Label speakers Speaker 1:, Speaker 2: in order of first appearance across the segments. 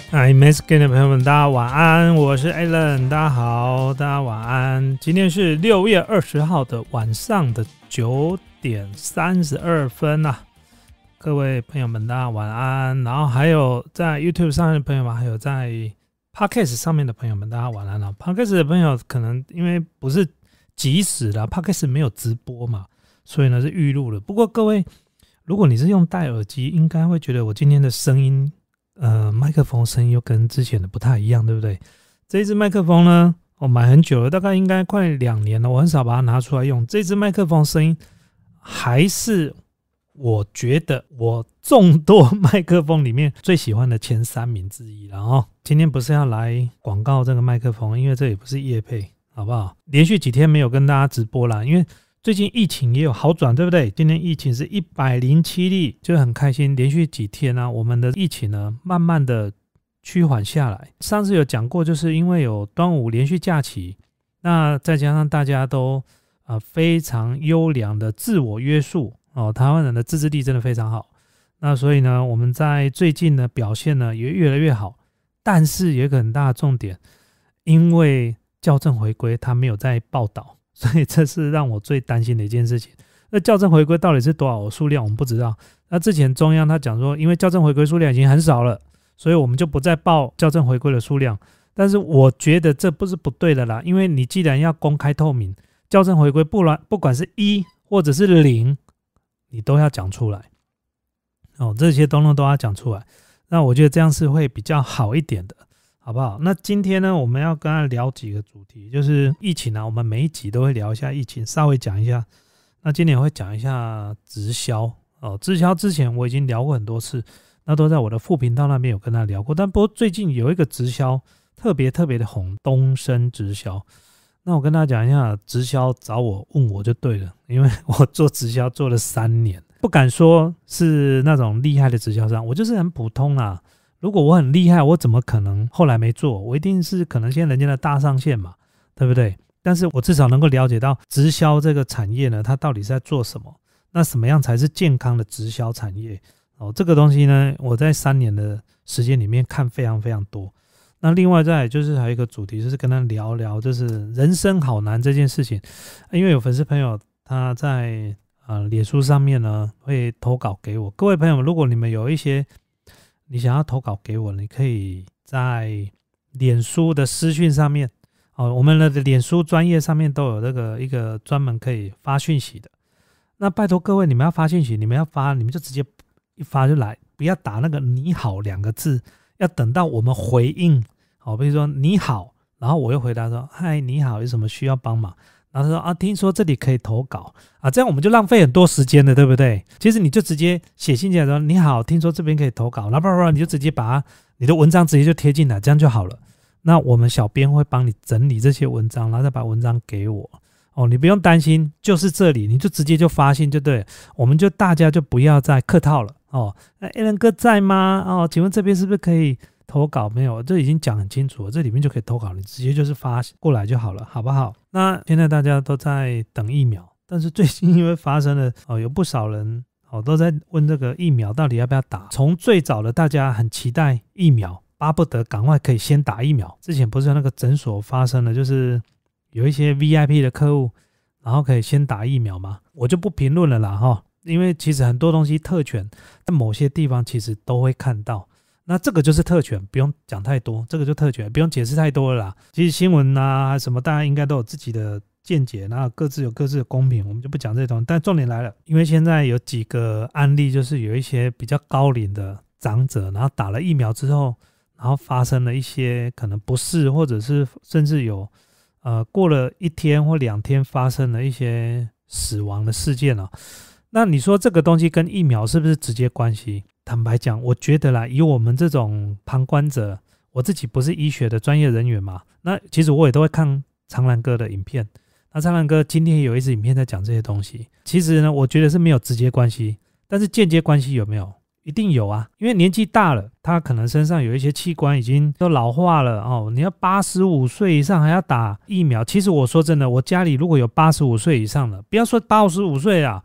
Speaker 1: 嗨 Mexican 的朋友们，大家晚安，我是 Alan， 大家好，大家晚安。今天是6月20号的晚上的9点32分啊，各位朋友们，大家晚安。然后还有在 YouTube 上面的朋友们，还有在 Podcast 上面的朋友们，大家晚安了。Podcast 的朋友可能因为不是即时的 ，Podcast 没有直播嘛，所以呢是预录的。不过各位，如果你是用戴耳机，应该会觉得我今天的声音。麦克风声音又跟之前的不太一样，对不对？这一支麦克风呢，我买很久了，大概应该快2年了，我很少把它拿出来用。这支麦克风声音还是我觉得我众多麦克风里面最喜欢的前3名之一了哦。今天不是要来广告这个麦克风，因为这也不是业配，好不好？连续几天没有跟大家直播啦，因为最近疫情也有好转，对不对？今天疫情是107例，就很开心。连续几天呢，我们的疫情呢，慢慢的趋缓下来。上次有讲过，就是因为有端午连续假期，那再加上大家都非常优良的自我约束哦，台湾人的自制力真的非常好。那所以呢，我们在最近的表现呢也越来越好。但是有一个很大的重点，因为校正回归，它没有在报道。所以这是让我最担心的一件事情。那校正回归到底是多少数量，我们不知道。那之前中央他讲说，因为校正回归数量已经很少了，所以我们就不再报校正回归的数量。但是我觉得这不是不对的啦，因为你既然要公开透明，校正回归不管是1或者是0，你都要讲出来。哦，这些东西都要讲出来。那我觉得这样是会比较好一点的。好不好？那今天呢，我们要跟他聊几个主题，就是疫情啊，我们每一集都会聊一下疫情，稍微讲一下。那今天也会讲一下直销哦，直销之前我已经聊过很多次，那都在我的副频道那边有跟他聊过。但不过最近有一个直销特别的红，东升直销。那我跟大家讲一下，直销找我问我就对了，因为我做直销做了3年，不敢说是那种厉害的直销商，我就是很普通啦。如果我很厉害，我怎么可能后来没做？我一定是可能现在人家的大上线嘛，对不对？但是我至少能够了解到直销这个产业呢，它到底是在做什么？那什么样才是健康的直销产业？哦，这个东西呢，我在3年的时间里面看非常多。那另外再来就是还有一个主题，就是跟他聊聊，就是人生好难这件事情。因为有粉丝朋友他在脸书上面呢会投稿给我，各位朋友，如果你们有一些你想要投稿给我，你可以在脸书的私讯上面哦，我们的脸书专页上面都有这个一个专门可以发讯息的。那拜托各位，你们要发讯息，你们就直接一发就来，不要打那个你好2个字，要等到我们回应。好，比如说你好，然后我又回答说嗨你好，有什么需要帮忙？然后他说听说这里可以投稿啊，这样我们就浪费很多时间了，对不对？其实你就直接写信进来说你好，听说这边可以投稿，然后你就直接把你的文章直接就贴进来，这样就好了。那我们小编会帮你整理这些文章，然后再把文章给我。哦，你不用担心，就是这里，你就直接就发信就对了。我们就大家就不要再客套了哦。那 Alan 哥在吗？哦，请问这边是不是可以投稿？没有，这已经讲很清楚了，这里面就可以投稿，你直接就是发过来就好了，好不好？那现在大家都在等疫苗，但是最近因为发生了有不少人都在问这个疫苗到底要不要打。从最早的大家很期待疫苗，巴不得赶快可以先打疫苗。之前不是有那个诊所发生了，就是有一些 VIP 的客户，然后可以先打疫苗嘛，我就不评论了啦哈，因为其实很多东西特权在某些地方其实都会看到。那这个就是特权，不用讲太多，这个就特权，不用解释太多了啦。其实新闻啊什么，大家应该都有自己的见解，然后各自有各自的公平，我们就不讲这种。但重点来了，因为现在有几个案例，就是有一些比较高龄的长者，然后打了疫苗之后，然后发生了一些可能不适，或者是甚至有过了1天或2天发生了一些死亡的事件啊。那你说这个东西跟疫苗是不是直接关系？坦白讲，我觉得啦，以我们这种旁观者，我自己不是医学的专业人员嘛，那其实我也都会看长兰哥的影片。那长兰哥今天有一支影片在讲这些东西，其实呢，我觉得是没有直接关系，但是间接关系有没有？一定有啊，因为年纪大了，他可能身上有一些器官已经都老化了哦。你要85岁以上还要打疫苗，其实我说真的，我家里如果有85岁以上的，不要说85岁啊，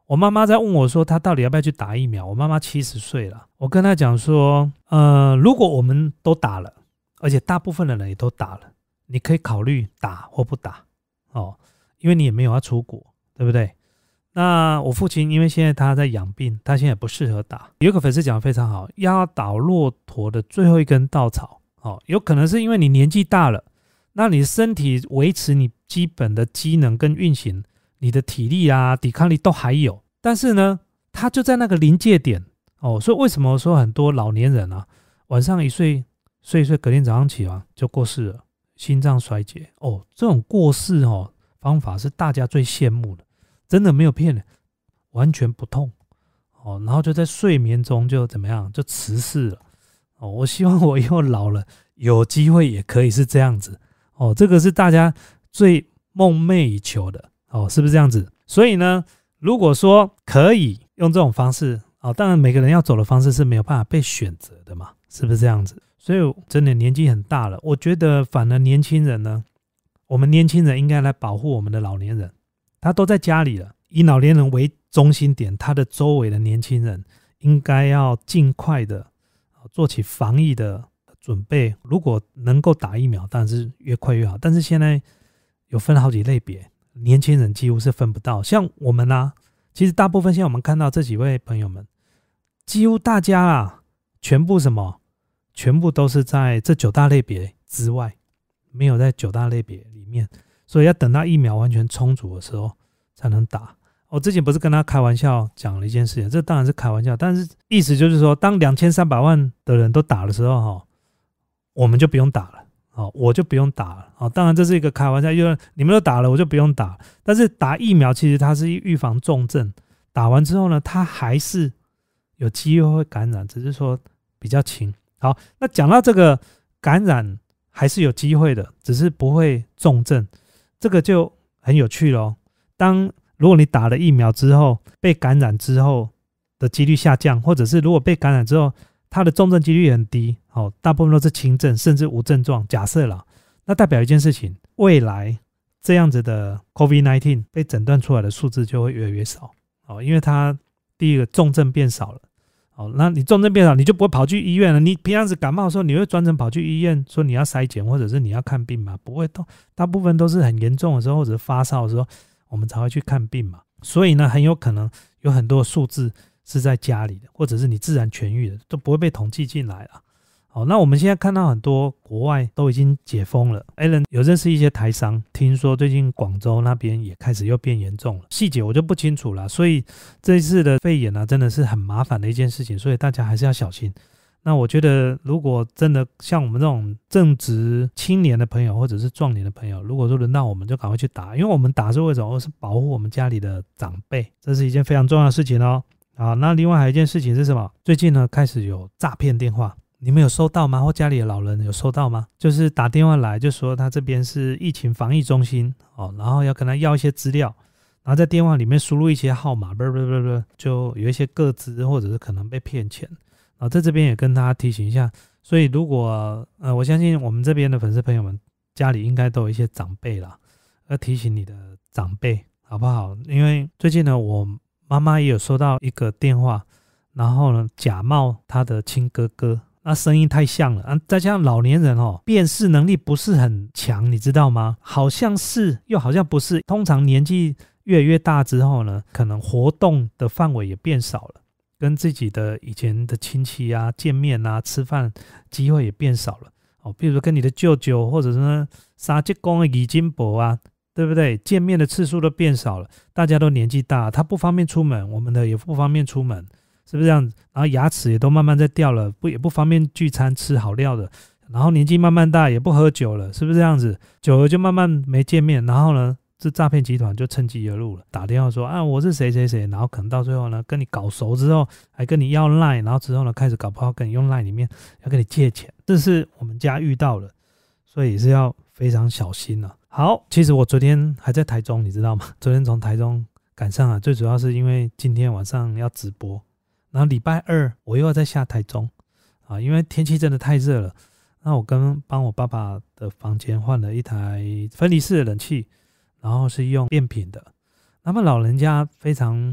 Speaker 1: 我妈妈在问我说她到底要不要去打疫苗。我妈妈70岁了，我跟她讲说如果我们都打了，而且大部分的人也都打了，你可以考虑打或不打因为你也没有要出国，对不对？那我父亲因为现在他在养病，他现在也不适合打。有个粉丝讲得非常好，压倒骆驼的最后一根稻草有可能是因为你年纪大了，那你身体维持你基本的机能跟运行，你的体力啊抵抗力都还有，但是呢他就在那个临界点所以为什么说很多老年人啊晚上一睡一睡，隔天早上起来就过世了，心脏衰竭这种过世方法是大家最羡慕的，真的没有骗人，完全不痛然后就在睡眠中就怎么样，就辞世了我希望我以后老了有机会也可以是这样子这个是大家最梦寐以求的是不是这样子？所以呢，如果说可以用这种方式当然每个人要走的方式是没有办法被选择的嘛，是不是这样子？所以真的年纪很大了，我觉得反而年轻人呢，我们年轻人应该来保护我们的老年人，他都在家里了，以老年人为中心点，他的周围的年轻人应该要尽快的做起防疫的准备。如果能够打疫苗当然是越快越好，但是现在有分好几类别，年轻人几乎是分不到。像我们其实大部分现在我们看到这几位朋友们，几乎大家全部全部都是在这9大类别之外，没有在9大类别里面，所以要等到疫苗完全充足的时候才能打。我之前不是跟他开玩笑讲了一件事情，这当然是开玩笑，但是意思就是说，当2300万的人都打的时候我们就不用打了我就不用打了当然这是一个开玩笑，因为你们都打了我就不用打，但是打疫苗其实它是预防重症，打完之后呢它还是有机会会感染，只是说比较轻。好，那讲到这个感染还是有机会的，只是不会重症，这个就很有趣咯。如果你打了疫苗之后被感染之后的几率下降，或者是如果被感染之后它的重症几率很低大部分都是轻症甚至无症状，假设啦，那代表一件事情，未来这样子的 COVID-19 被诊断出来的数字就会越来越少因为它第一个重症变少了那你重症变少，你就不会跑去医院了。你平常时感冒的时候，你会专程跑去医院说你要筛检或者是你要看病吗？不会，大部分都是很严重的时候或者发烧的时候，我们才会去看病嘛。所以呢，很有可能有很多数字是在家里的，或者是你自然痊愈的，都不会被统计进来了。好，那我们现在看到很多国外都已经解封了。Alan 有认识一些台商，听说最近广州那边也开始又变严重了，细节我就不清楚了。所以这一次的肺炎真的是很麻烦的一件事情，所以大家还是要小心。那我觉得如果真的像我们这种正值青年的朋友或者是壮年的朋友，如果说轮到我们就赶快去打，因为我们打是为什么？是保护我们家里的长辈，这是一件非常重要的事情好，那另外还有一件事情是什么？最近呢开始有诈骗电话，你们有收到吗？或家里的老人有收到吗？就是打电话来就说他这边是疫情防疫中心然后要跟他要一些资料，然后在电话里面输入一些号码，就有一些个资或者是可能被骗钱。在这边也跟大家提醒一下，所以如果我相信我们这边的粉丝朋友们家里应该都有一些长辈啦，要提醒你的长辈好不好？因为最近呢我妈妈也有收到一个电话，然后呢假冒他的亲哥哥，那声音太像了再加上老年人辨识能力不是很强，你知道吗？好像是又好像不是，通常年纪越来越大之后呢，可能活动的范围也变少了，跟自己的以前的亲戚见面吃饭机会也变少了比如说跟你的舅舅或者是呢三叔公的姨金伯对不对？见面的次数都变少了，大家都年纪大，他不方便出门，我们的也不方便出门，是不是这样子？然后牙齿也都慢慢在掉了，也不方便聚餐吃好料的，然后年纪慢慢大也不喝酒了，是不是这样子？久了就慢慢没见面，然后呢这诈骗集团就趁机而入了，打电话说我是谁谁谁，然后可能到最后呢跟你搞熟之后还跟你要 LINE， 然后之后呢开始搞不好跟你用 LINE 里面要跟你借钱，这是我们家遇到了，所以也是要非常小心好，其实我昨天还在台中，你知道吗？昨天从台中赶上最主要是因为今天晚上要直播，然后礼拜二我又要再下台中因为天气真的太热了，那我帮我爸爸的房间换了一台分离式的冷气，然后是用变频的，那么老人家非常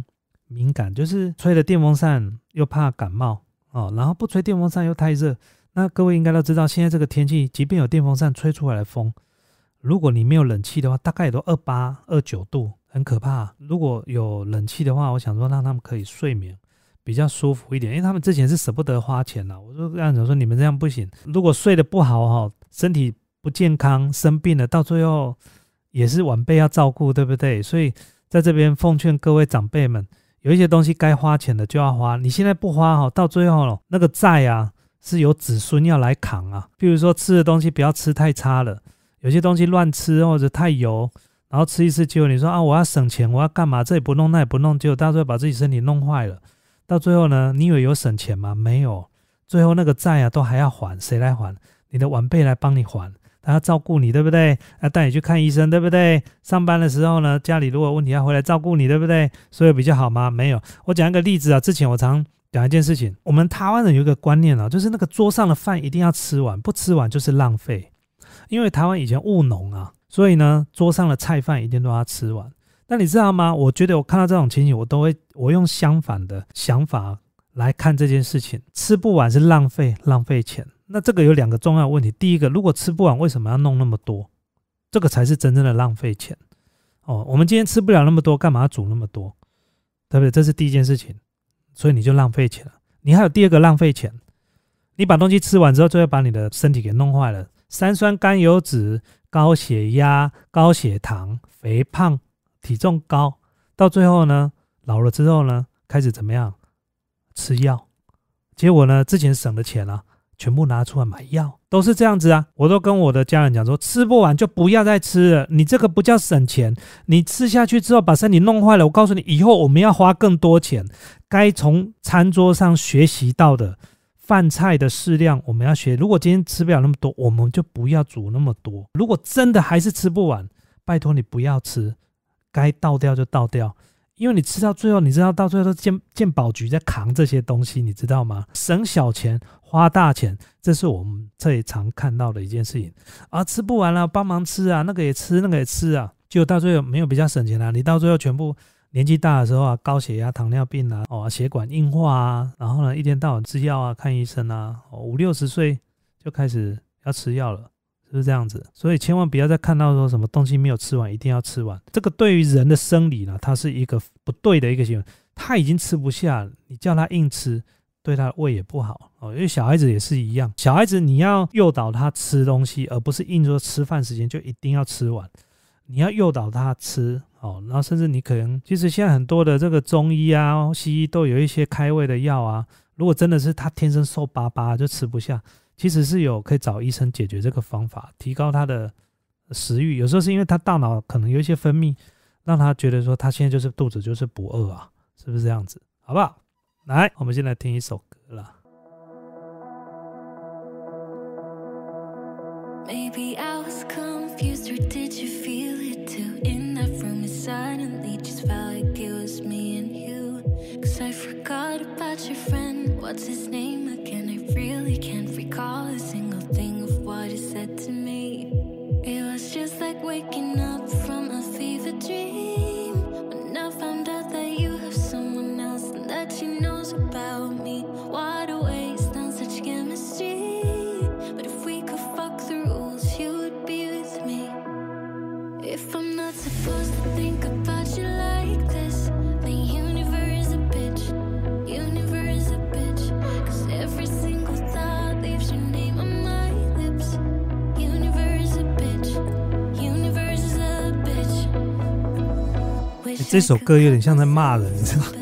Speaker 1: 敏感，就是吹了电风扇又怕感冒然后不吹电风扇又太热。那各位应该都知道，现在这个天气，即便有电风扇吹出来的风，如果你没有冷气的话，大概也都28、29度，很可怕。如果有冷气的话，我想说让他们可以睡眠比较舒服一点，因为他们之前是舍不得花钱我就跟他讲说，你们这样不行，如果睡得不好身体不健康生病了，到最后也是晚辈要照顾，对不对？所以在这边奉劝各位长辈们，有一些东西该花钱的就要花，你现在不花到最后那个债是由子孙要来扛比如说吃的东西不要吃太差了，有些东西乱吃或者太油，然后吃一次结果你说我要省钱，我要干嘛，这也不弄那也不弄，结果到最后把自己身体弄坏了。到最后呢，你以为有省钱吗？没有，最后那个债都还要还，谁来还？你的晚辈来帮你还，他要照顾你，对不对？要带你去看医生，对不对？上班的时候呢，家里如果有问题要回来照顾你，对不对？所以比较好吗？没有。我讲一个例子之前我常讲一件事情，我们台湾人有一个观念就是那个桌上的饭一定要吃完，不吃完就是浪费。因为台湾以前务农所以呢，桌上的菜饭一定都要吃完。但你知道吗？我觉得我看到这种情形，我用相反的想法来看这件事情，吃不完是浪费钱。那这个有2个重要的问题，第一个，如果吃不完为什么要弄那么多？这个才是真正的浪费钱我们今天吃不了那么多，干嘛要煮那么多？对不对？这是第一件事情，所以你就浪费钱了。你还有第2个浪费钱，你把东西吃完之后，就会把你的身体给弄坏了，三酸甘油酯、高血压、高血糖、肥胖、体重高，到最后呢，老了之后呢，开始怎么样？吃药，结果呢，之前省的钱全部拿出来买药，都是这样子我都跟我的家人讲说，吃不完就不要再吃了，你这个不叫省钱，你吃下去之后把身体弄坏了，我告诉你，以后我们要花更多钱，该从餐桌上学习到的饭菜的适量我们要学。如果今天吃不了那么多，我们就不要煮那么多。如果真的还是吃不完，拜托你不要吃，该倒掉就倒掉。因为你吃到最后，你知道到最后都是健保局在扛这些东西，你知道吗？省小钱花大钱，这是我们这里常看到的一件事情吃不完了帮忙吃那个也吃那个也吃结果到最后没有比较省钱你到最后全部年纪大的时候高血压、糖尿病血管硬化然后呢一天到晚吃药看医生5、60岁就开始要吃药了，是不是这样子？所以千万不要再看到说什么东西没有吃完一定要吃完，这个对于人的生理呢，它是一个不对的一个行为。他已经吃不下了，你叫他硬吃，对他的胃也不好因为小孩子也是一样，小孩子你要诱导他吃东西，而不是硬说吃饭时间就一定要吃完，你要诱导他吃然后甚至你可能其实现在很多的这个中医西医都有一些开胃的药如果真的是他天生瘦巴巴就吃不下，其实是有可以找医生解决这个方法，提高他的食欲。有时候是因为他大脑可能有一些分泌让他觉得说他现在就是肚子就是不饿是不是这样子？好不好？来，我们先来听一首歌啦。
Speaker 2: Maybe I was confused, or did you feel it too? In that room it suddenly just felt like it was me and you. Cause I forgot about your friend, what's his name again? I really can't recall a single thing of what he said to me. It was just like waking up from a fever dream, when I found out that you have someone else and that she knows about me. What a waste on such chemistry. But if we could fuck the rules, you would be with me. If I'm not supposed to think about you like this, the universe is a bitch, universe is a bitch. Cause every single thought leaves your name on my lips. Universe is a bitch, universe is a bitch.
Speaker 1: 这首歌有点像在骂人，你知道吗？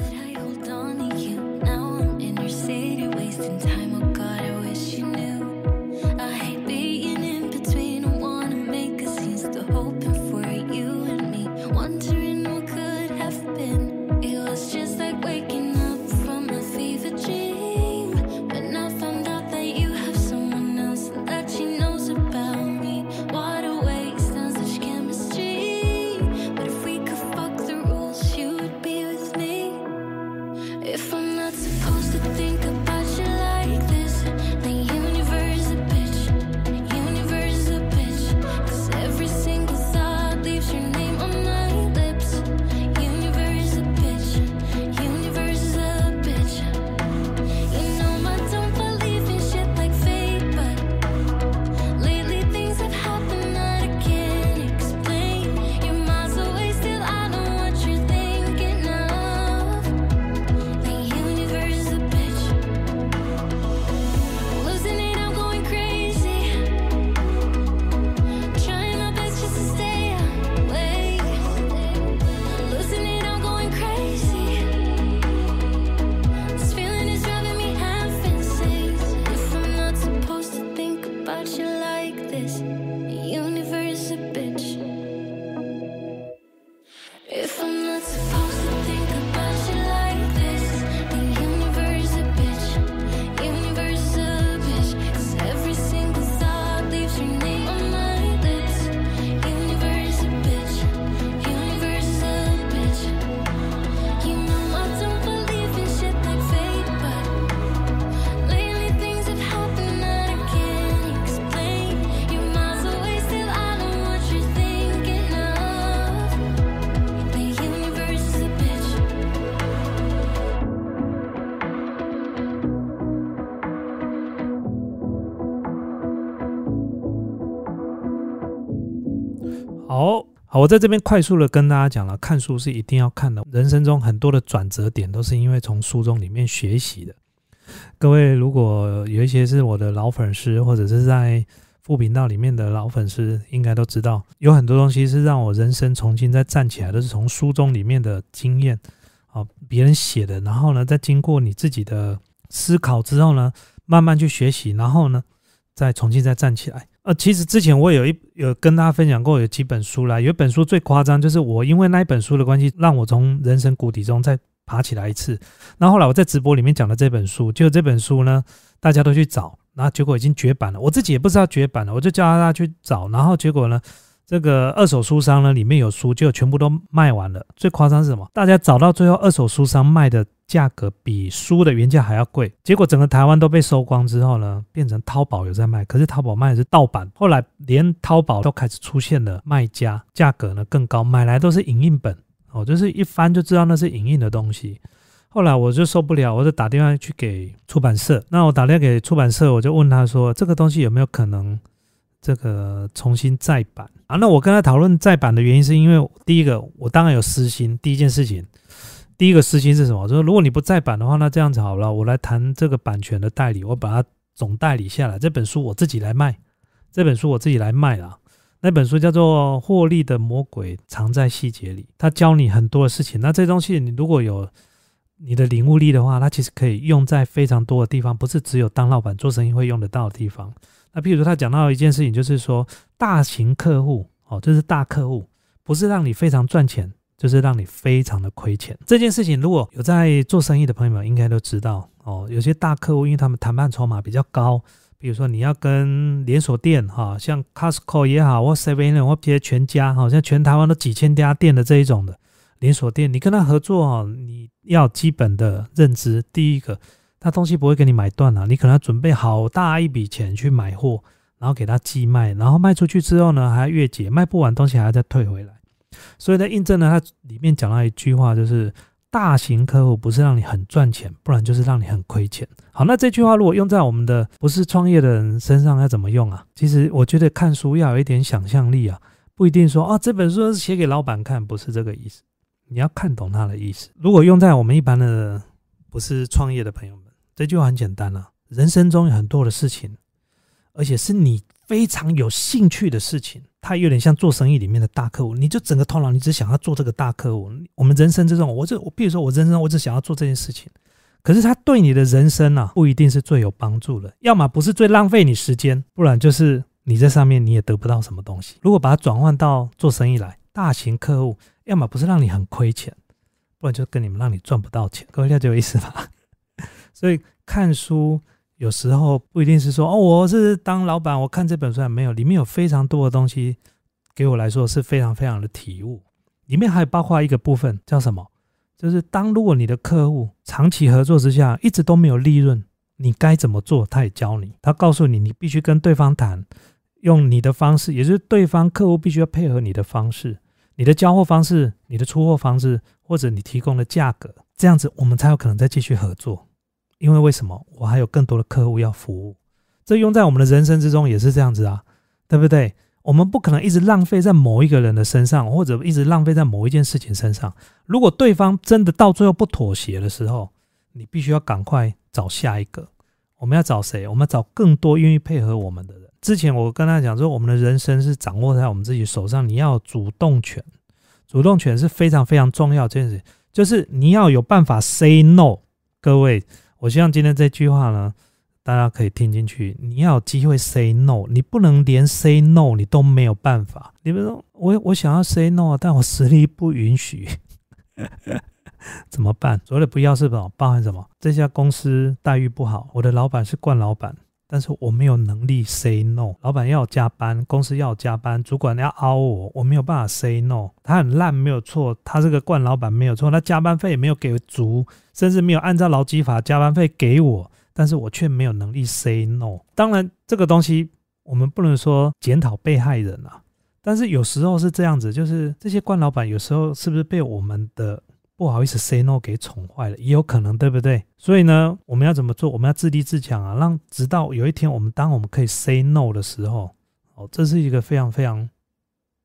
Speaker 1: 好，我在这边快速的跟大家讲了，看书是一定要看的，人生中很多的转折点都是因为从书中里面学习的。各位如果有一些是我的老粉丝，或者是在副频道里面的老粉丝，应该都知道，有很多东西是让我人生重新再站起来，都是从书中里面的经验，别人写的，然后呢，再经过你自己的思考之后呢，慢慢去学习，然后呢，再重新再站起来。其实之前我有跟大家分享过有几本书啦，有一本书最夸张，就是我因为那一本书的关系，让我从人生谷底中再爬起来一次。然后后来我在直播里面讲的这本书，就这本书呢，大家都去找，然后结果已经绝版了，我自己也不知道绝版了，我就叫大家去找，然后结果呢，这个二手书商呢里面有书，就全部都卖完了。最夸张是什么？大家找到最后，二手书商卖的价格比书的原价还要贵。结果整个台湾都被收光之后呢，变成淘宝有在卖，可是淘宝卖的是盗版。后来连淘宝都开始出现了卖家，价格呢更高，买来都是影印本，就是一翻就知道那是影印的东西。后来我就受不了，我就打电话去给出版社。那我打电话给出版社，我就问他说，这个东西有没有可能这个重新再版啊？那我跟他讨论再版的原因是因为第一个，我当然有私心。第一件事情，第一个私心是什么？就是如果你不再版的话，那这样子好了，我来谈这个版权的代理，我把它总代理下来，这本书我自己来卖，啦。那本书叫做《获利的魔鬼藏在细节里》，它教你很多的事情。那这东西你如果有你的领悟力的话，它其实可以用在非常多的地方，不是只有当老板做生意会用得到的地方。那譬如说他讲到一件事情，就是说大型客户，就是大客户，不是让你非常赚钱，就是让你非常的亏钱。这件事情如果有在做生意的朋友们应该都知道，有些大客户因为他们谈判筹码比较高，比如说你要跟连锁店，像 Costco 也好，或 7-Eleven 或全家，像全台湾都几千家店的这一种的连锁店，你跟他合作，你要基本的认知。第一个，他东西不会给你买断啊，你可能要准备好大一笔钱去买货，然后给他寄卖，然后卖出去之后呢，还要月结，卖不完东西还要再退回来。所以在印证呢，他里面讲到一句话，就是大型客户不是让你很赚钱，不然就是让你很亏钱。好，那这句话如果用在我们的不是创业的人身上要怎么用啊？其实我觉得看书要有一点想象力啊，不一定说这本书是写给老板看，不是这个意思。你要看懂他的意思。如果用在我们一般的不是创业的朋友们，这句话很简单啊，人生中有很多的事情，而且是你非常有兴趣的事情，它有点像做生意里面的大客户，你就整个头脑你只想要做这个大客户。我们人生这种，比如说我人生我只想要做这件事情，可是它对你的人生啊不一定是最有帮助的，要么不是最浪费你时间，不然就是你在上面你也得不到什么东西。如果把它转换到做生意来，大型客户要么不是让你很亏钱，不然就跟你们让你赚不到钱。各位了解我意思吧？所以看书有时候不一定是说我是当老板我看这本书，没有，里面有非常多的东西给我来说是非常非常的体悟。里面还包括一个部分叫什么，就是如果你的客户长期合作之下一直都没有利润，你该怎么做他也教你。他告诉你你必须跟对方谈，用你的方式，也就是对方客户必须要配合你的方式，你的交货方式，你的出货方式，或者你提供的价格，这样子我们才有可能再继续合作。因为为什么？我还有更多的客户要服务。这用在我们的人生之中也是这样子啊，对不对？我们不可能一直浪费在某一个人的身上，或者一直浪费在某一件事情身上。如果对方真的到最后不妥协的时候，你必须要赶快找下一个。我们要找谁？我们要找更多愿意配合我们的人。之前我跟他讲说，我们的人生是掌握在我们自己手上，你要有主动权。主动权是非常非常重要的这件事，就是你要有办法 say no。各位，我希望今天这句话呢，大家可以听进去。你要有机会 say no， 你不能连 say no 你都没有办法。你比如说，我想要 say no， 但我实力不允许，怎么办？所谓的不要是包含什么？这家公司待遇不好，我的老板是惯老板，但是我没有能力 say no。老板要我加班，公司要我加班，主管要凹我，我没有办法 say no。他很烂没有错，他这个惯老板没有错，他加班费也没有给足，甚至没有按照劳基法加班费给我，但是我却没有能力 say no。当然这个东西我们不能说检讨被害人啊，但是有时候是这样子，就是这些惯老板有时候是不是被我们的不好意思 say no 给宠坏了，也有可能，对不对？所以呢，我们要怎么做？我们要自立自强啊，直到有一天当我们可以 say no 的时候，这是一个非常非常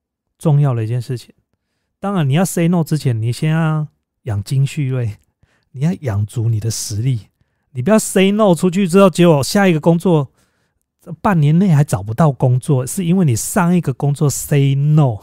Speaker 1: 重要的一件事情。当然你要 say no 之前，你先要养精蓄锐，你要养足你的实力，你不要 say no 出去之后，结果下一个工作半年内还找不到工作，是因为你上一个工作 say no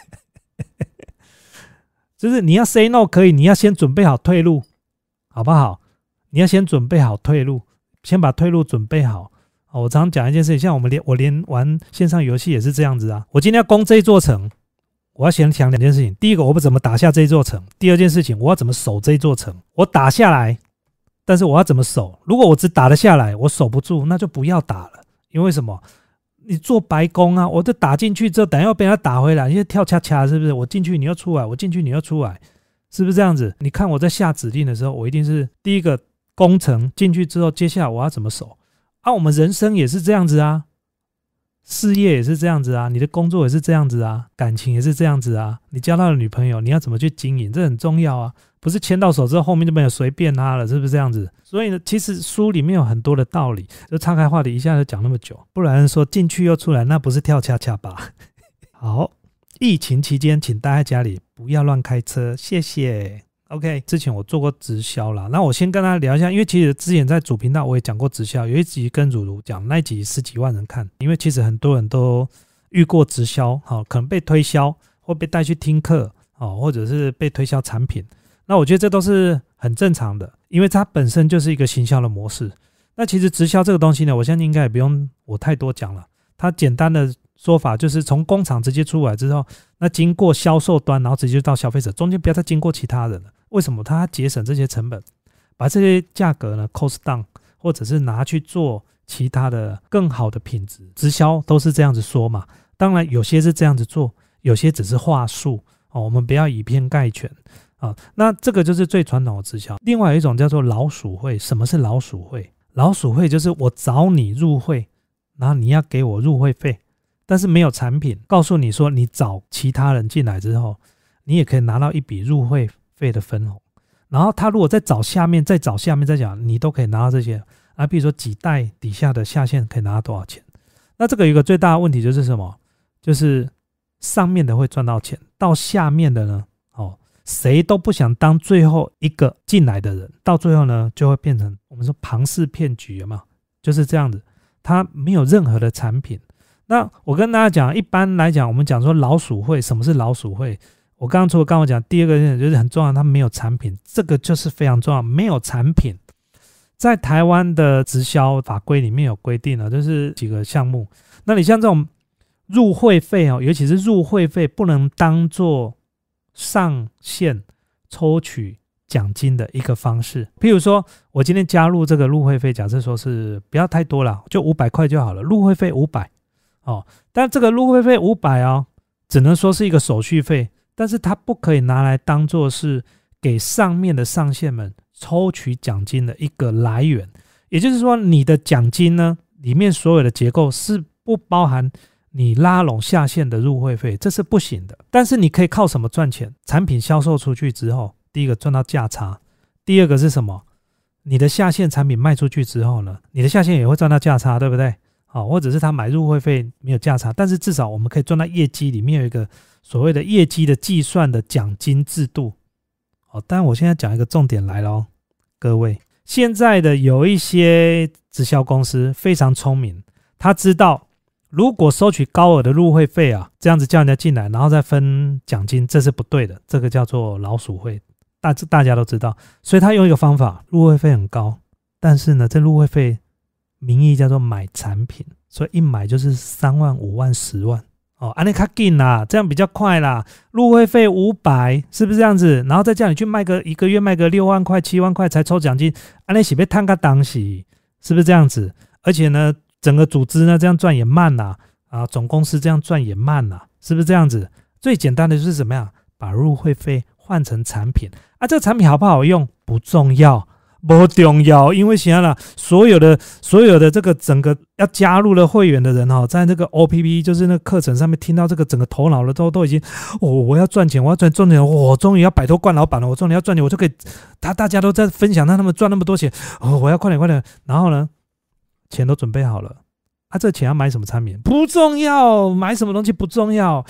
Speaker 1: 就是你要 say no 可以，你要先准备好退路，好不好？你要先准备好退路，先把退路准备好。我常常讲一件事情，像我连玩线上游戏也是这样子啊。我今天要攻这一座城，我要先想两件事情。第一个，我怎么打下这一座城；第二件事情，我要怎么守这一座城。我打下来，但是我要怎么守？如果我只打得下来，我守不住，那就不要打了。因为什么？你做白工啊，我就打进去之后，等一下要被他打回来，因为跳恰恰是不是？我进去你又出来，我进去你又出来，是不是这样子？你看我在下指令的时候，我一定是第一个攻城进去之后，接下来我要怎么守？我们人生也是这样子啊，事业也是这样子啊，你的工作也是这样子啊，感情也是这样子啊。你交到了女朋友，你要怎么去经营，这很重要啊。不是牵到手之后，后面就没有随便他了，是不是这样子？所以呢，其实书里面有很多的道理，就岔开话题一下就讲那么久，不然说进去又出来，那不是跳恰恰吧？好，疫情期间请待在家里，不要乱开车，谢谢。OK， 之前我做过直销啦，那我先跟大家聊一下，因为其实之前在主频道我也讲过直销，有一集跟如如讲，那一集10几万人看，因为其实很多人都遇过直销，可能被推销或被带去听课，或者是被推销产品，那我觉得这都是很正常的，因为它本身就是一个行销的模式。那其实直销这个东西呢，我相信应该也不用我太多讲了，它简单的说法就是从工厂直接出来之后，那经过销售端，然后直接到消费者，中间不要再经过其他人了。为什么？它节省这些成本，把这些价格呢 cost down， 或者是拿去做其他的更好的品质。直销都是这样子说嘛，当然有些是这样子做，有些只是话术，我们不要以偏概全那这个就是最传统的直销。另外有一种叫做老鼠会。什么是老鼠会？老鼠会就是我找你入会，然后你要给我入会费，但是没有产品，告诉你说你找其他人进来之后，你也可以拿到一笔入会费的分红，然后他如果再找下面再找，你都可以拿到这些比如说几代底下的下线可以拿到多少钱。那这个有一个最大的问题就是什么？就是上面的会赚到钱，到下面的呢谁都不想当最后一个进来的人，到最后呢就会变成我们说庞氏骗局，有没有？就是这样子，他没有任何的产品。那我跟大家讲，一般来讲我们讲说老鼠会，什么是老鼠会？我刚刚除了刚刚讲第二个就是很重要，它没有产品，这个就是非常重要，没有产品。在台湾的直销法规里面有规定了，就是几个项目。那你像这种入会费尤其是入会费不能当做上线抽取奖金的一个方式。譬如说我今天加入这个入会费，假设说是不要太多了，就500块就好了，入会费500但这个入会费500只能说是一个手续费，但是它不可以拿来当作是给上面的上线们抽取奖金的一个来源。也就是说你的奖金呢里面所有的结构是不包含你拉拢下线的入会费，这是不行的。但是你可以靠什么赚钱？产品销售出去之后，第一个赚到价差，第二个是什么？你的下线产品卖出去之后呢，你的下线也会赚到价差，对不对？或者是他买入会费没有价差，但是至少我们可以赚到业绩，里面有一个所谓的业绩的计算的奖金制度。但我现在讲一个重点来了各位，现在的有一些直销公司非常聪明，他知道如果收取高额的入会费这样子叫人家进来，然后再分奖金，这是不对的，这个叫做老鼠会，大家都知道。所以他用一个方法，入会费很高，但是呢这入会费名义叫做买产品，所以一买就是3万、5万、10万这样比较快啦，这样比较快啦。入会费500，是不是这样子？然后再叫你去卖个一个月卖个6万块、7万块才抽奖金，这样是被摊个东西，是不是这样子？而且呢整个组织呢这样赚也慢啦总公司这样赚也慢啦，是不是这样子？最简单的就是怎么样把入会费换成产品这个产品好不好用不重要，不重要，因为现在所有的这个整个要加入了会员的人在那个 OPP 就是那个课程上面听到这个整个头脑了都已经我要赚钱，我要赚钱，我终于要摆脱惯老板了，我终于要赚钱，我就可以大家都在分享让他们赚那么多钱我要快点，然后呢钱都准备好了这钱要买什么产品不重要，买什么东西不重要，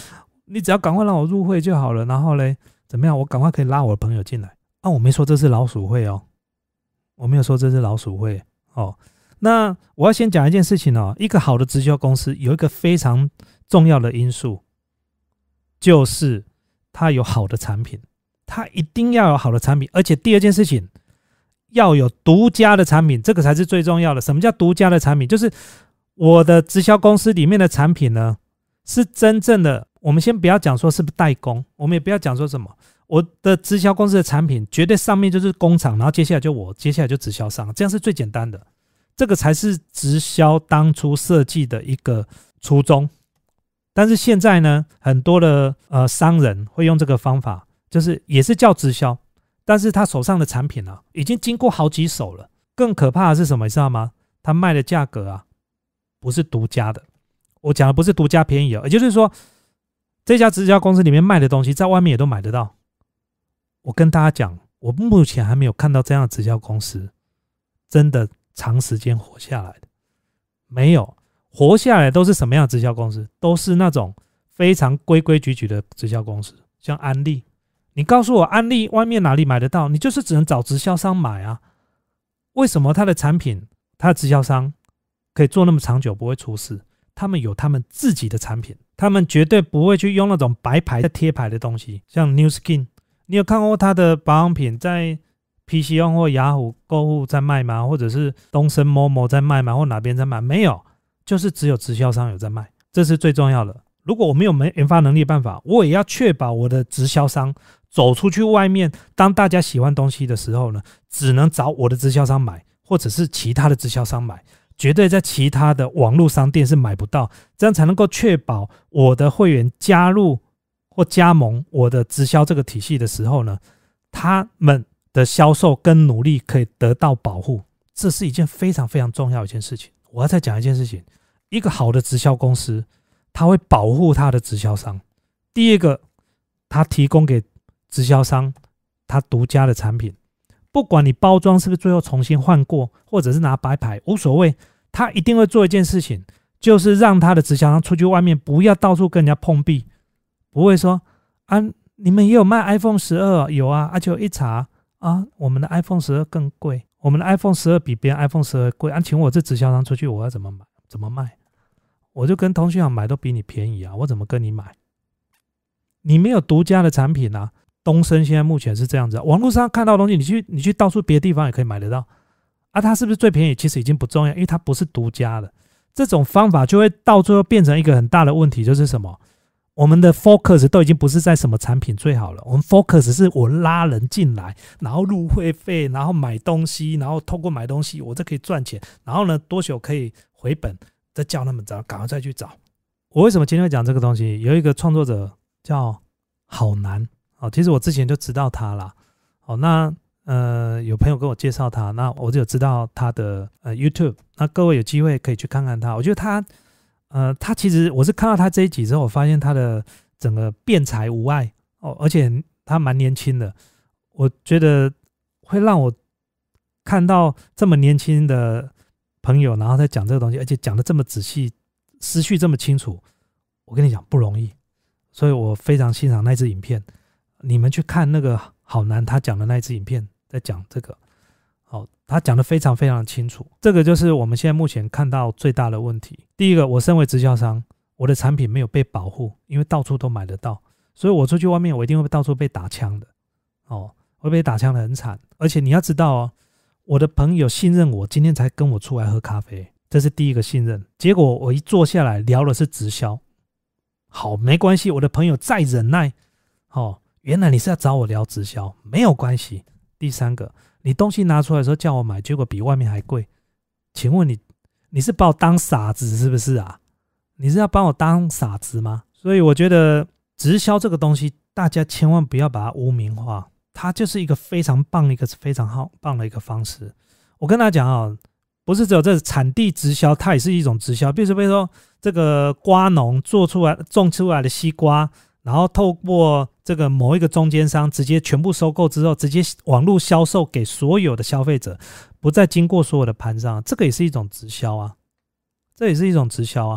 Speaker 1: 你只要赶快让我入会就好了，然后嘞怎么样，我赶快可以拉我的朋友进来啊。我没说这是老鼠会哦，我没有说这是老鼠会哦。那我要先讲一件事情哦，一个好的直销公司有一个非常重要的因素，就是它有好的产品，它一定要有好的产品，而且第二件事情要有独家的产品，这个才是最重要的。什么叫独家的产品？就是我的直销公司里面的产品呢，是真正的，我们先不要讲说是不是代工，我们也不要讲说什么，我的直销公司的产品绝对上面就是工厂，然后接下来就我，接下来就直销商，这样是最简单的，这个才是直销当初设计的一个初衷。但是现在呢，很多的商人会用这个方法，就是也是叫直销，但是他手上的产品啊，已经经过好几手了。更可怕的是什么，你知道吗？他卖的价格啊，不是独家的。我讲的不是独家便宜也就是说，这家直销公司里面卖的东西，在外面也都买得到。我跟大家讲，我目前还没有看到这样的直销公司真的长时间活下来的，没有。活下来都是什么样的直销公司？都是那种非常规规矩矩的直销公司，像安利。你告诉我安利外面哪里买得到？你就是只能找直销商买啊。为什么他的产品，他的直销商可以做那么长久不会出事？他们有他们自己的产品，他们绝对不会去用那种白牌的贴牌的东西，像 New Skin。你有看过他的保养品在 PC 用或雅虎购物在卖吗？或者是东森 Momo 在卖吗？或哪边在卖？没有，就是只有直销商有在卖，这是最重要的。如果我没有研发能力的办法，我也要确保我的直销商走出去外面，当大家喜欢东西的时候呢，只能找我的直销商买，或者是其他的直销商买，绝对在其他的网络商店是买不到，这样才能够确保我的会员加入或加盟我的直销这个体系的时候呢，他们的销售跟努力可以得到保护，这是一件非常非常重要的一件事情。我要再讲一件事情，一个好的直销公司，他会保护他的直销商。第一个，他提供给直销商他独家的产品，不管你包装是不是最后重新换过，或者是拿白牌，无所谓，他一定会做一件事情，就是让他的直销商出去外面不要到处跟人家碰壁，不会说啊，你们也有卖 iPhone 12，有啊，就一查啊，我们的 iPhone 12更贵，我们的 iPhone 12比别人 iPhone 12贵啊，请我这直销商出去，我要怎么买怎么卖？我就跟通讯行买都比你便宜啊，我怎么跟你买？你没有独家的产品啊。东森现在目前是这样子，网络上看到的东西，你去到处别的地方也可以买得到啊。它是不是最便宜？其实已经不重要，因为它不是独家的。这种方法就会到最后变成一个很大的问题，就是什么？我们的 focus 都已经不是在什么产品最好了，我们 focus 是我拉人进来，然后入会费，然后买东西，然后透过买东西我这可以赚钱，然后呢多久可以回本，再叫他们找，赶快再去找。我为什么今天会讲这个东西？有一个创作者叫好难。其实我之前就知道他啦。那有朋友跟我介绍他，那我就有知道他的YouTube。那各位有机会可以去看看他。我觉得他其实我是看到他这一集之后，我发现他的整个辩才无碍而且他蛮年轻的。我觉得会让我看到这么年轻的朋友，然后在讲这个东西，而且讲得这么仔细，思绪这么清楚，我跟你讲不容易。所以我非常欣赏那支影片。你们去看那个好难他讲的那一支影片，在讲这个，他讲的非常非常清楚。这个就是我们现在目前看到最大的问题。第一个，我身为直销商，我的产品没有被保护，因为到处都买得到，所以我出去外面我一定会到处被打枪的，会被打枪的很惨。而且你要知道我的朋友信任我，今天才跟我出来喝咖啡，这是第一个信任。结果我一坐下来聊的是直销，好，没关系，我的朋友再忍耐，原来你是要找我聊直销，没有关系。第三个，你东西拿出来的时候叫我买，结果比外面还贵，请问你是把我当傻子是不是啊？你是要把我当傻子吗？所以我觉得直销这个东西，大家千万不要把它污名化，它就是一个非常棒的一个方式。我跟大家讲不是只有这产地直销，它也是一种直销。比如说这个瓜农种出来的西瓜，然后透过这个某一个中间商直接全部收购之后，直接网络销售给所有的消费者，不再经过所有的盘商，这个也是一种直销啊，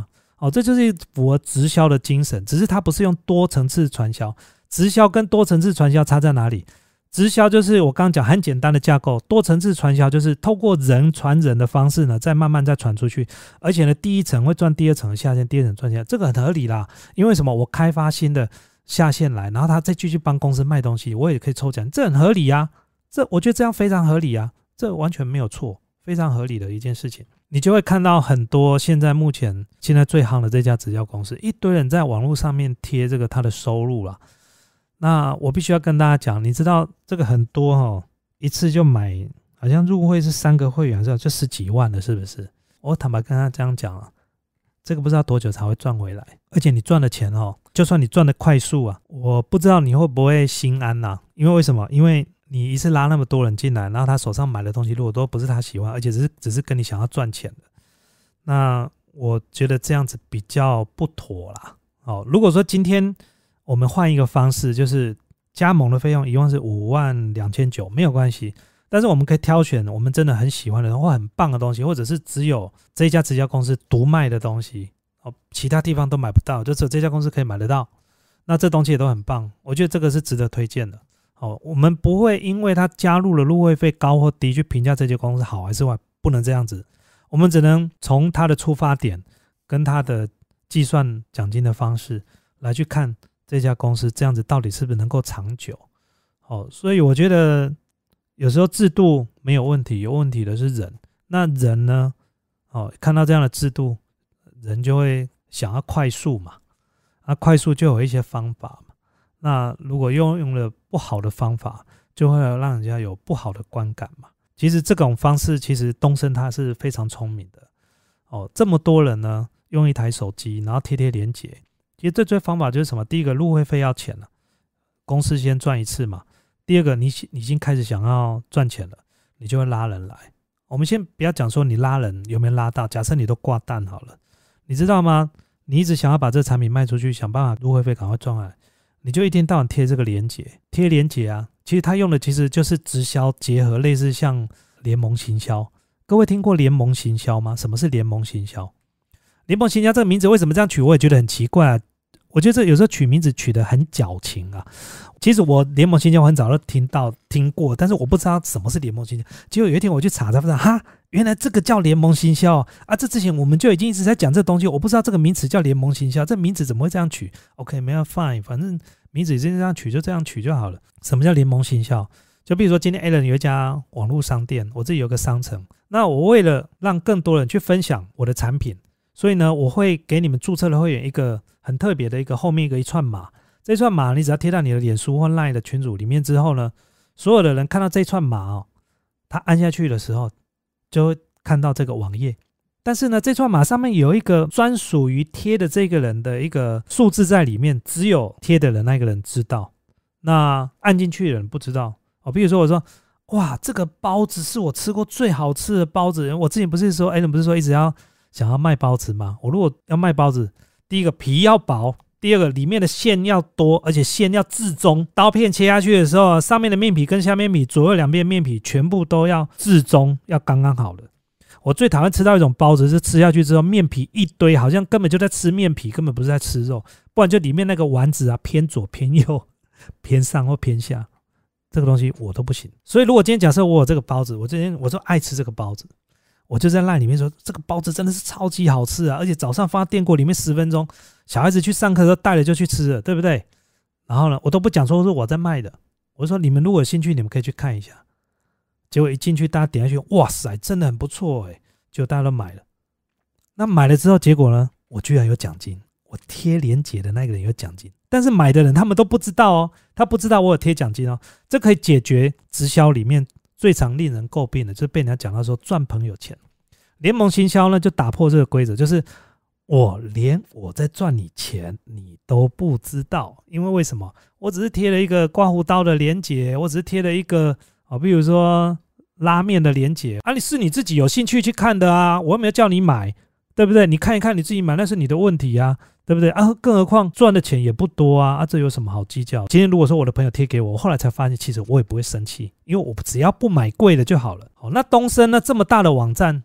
Speaker 1: 这就是符合直销的精神，只是它不是用多层次传销。直销跟多层次传销差在哪里？直销就是我刚刚讲很简单的架构，多层次传销就是透过人传人的方式呢，再慢慢再传出去，而且呢，第一层会赚第二层的下线，第二层赚下线，这个很合理啦。因为什么？我开发新的下线来，然后他再继续帮公司卖东西，我也可以抽奖，这很合理啊。我觉得这样非常合理啊，这完全没有错，非常合理的一件事情。你就会看到很多现在最夯的这家直销公司，一堆人在网络上面贴这个他的收入啦。那我必须要跟大家讲，你知道这个很多一次就买，好像入会是3个会员，就10几万了，是不是？我坦白跟他这样讲啊，这个不知道多久才会赚回来，而且你赚的钱就算你赚的快速啊，我不知道你会不会心安啊。因为为什么？因为你一次拉那么多人进来，然后他手上买的东西如果都不是他喜欢，而且只是跟你想要赚钱的，那我觉得这样子比较不妥啦。如果说今天我们换一个方式，就是加盟的费用一共是52900，没有关系，但是我们可以挑选我们真的很喜欢的或很棒的东西，或者是只有这一家直销公司独卖的东西，其他地方都买不到，就只有这家公司可以买得到，那这东西也都很棒，我觉得这个是值得推荐的。我们不会因为他加入了入会费高或低去评价这家公司好还是坏，不能这样子。我们只能从他的出发点跟他的计算奖金的方式来去看这家公司这样子到底是不是能够长久。所以我觉得有时候制度没有问题，有问题的是人。那人呢，看到这样的制度，人就会想要快速嘛，快速就有一些方法嘛。那如果用了不好的方法，就会让人家有不好的观感嘛。其实这种方式，其实东森他是非常聪明的。这么多人呢，用一台手机，然后贴连结。其实最方法就是什么？第一个，入会费要钱了，公司先赚一次嘛。第二个，你已经开始想要赚钱了，你就会拉人来。我们先不要讲说你拉人有没有拉到，假设你都挂蛋好了，你知道吗？你一直想要把这个产品卖出去，想办法入会费赶快赚回来，你就一天到晚贴这个连结，贴连结啊。其实他用的其实就是直销结合，类似像联盟行销。各位听过联盟行销吗？什么是联盟行销？联盟行销这个名字为什么这样取，我也觉得很奇怪啊。我觉得这有时候取名字取得很矫情啊。其实我联盟行销我很早就听过，但是我不知道什么是联盟行销。结果有一天我去查才发现，原来这个叫联盟行销啊！这之前我们就已经一直在讲这东西，我不知道这个名词叫联盟行销，这名字怎么会这样取 ？OK， 没有 fine， 反正名字已经这样取，就这样取就好了。什么叫联盟行销？就比如说今天 Alan 有一家网络商店，我自己有个商城，那我为了让更多人去分享我的产品，所以呢，我会给你们注册的会员一个很特别的一个后面一串码。这串码你只要贴到你的脸书或 LINE 的群组里面之后呢，所有的人看到这串码他按下去的时候就会看到这个网页。但是呢，这串码上面有一个专属于贴的这个人的一个数字在里面，只有贴的人那个人知道，那按进去的人不知道。比如说我说，哇，这个包子是我吃过最好吃的包子。我之前不是说你不是说一直想要卖包子吗？我如果要卖包子，第一个皮要薄，第二个里面的馅要多，而且馅要至中。刀片切下去的时候，上面的面皮跟下面面皮左右两边面皮全部都要至中，要刚刚好的。我最讨厌吃到一种包子是吃下去之后面皮一堆，好像根本就在吃面皮，根本不是在吃肉，不然就里面那个丸子偏左偏右偏上或偏下，这个东西我都不行。所以如果今天假设我有这个包子，我就爱吃这个包子，我就在 LINE 里面说这个包子真的是超级好吃啊，而且早上放在电锅里面10分钟，小孩子去上课的时候带了就去吃了，对不对？然后呢，我都不讲说是我在卖的，我说你们如果有兴趣你们可以去看一下。结果一进去大家点下去，哇塞，真的很不错耶，结果大家都买了。那买了之后结果呢，我居然有奖金，我贴连结的那个人有奖金，但是买的人他们都不知道他不知道我有贴奖金这可以解决直销里面最常令人诟病的，就是被人家讲到说赚朋友钱。联盟行销呢就打破这个规则，就是连我在赚你钱你都不知道。因为为什么？我只是贴了一个刮胡刀的连结，我只是贴了一个比如说拉面的连结你是你自己有兴趣去看的我又没有叫你买，对不对？你看一看你自己买那是你的问题对不对更何况赚的钱也不多这有什么好计较？今天如果说我的朋友贴给我后来才发现其实我也不会生气，因为我只要不买贵的就好了。那东森呢这么大的网站，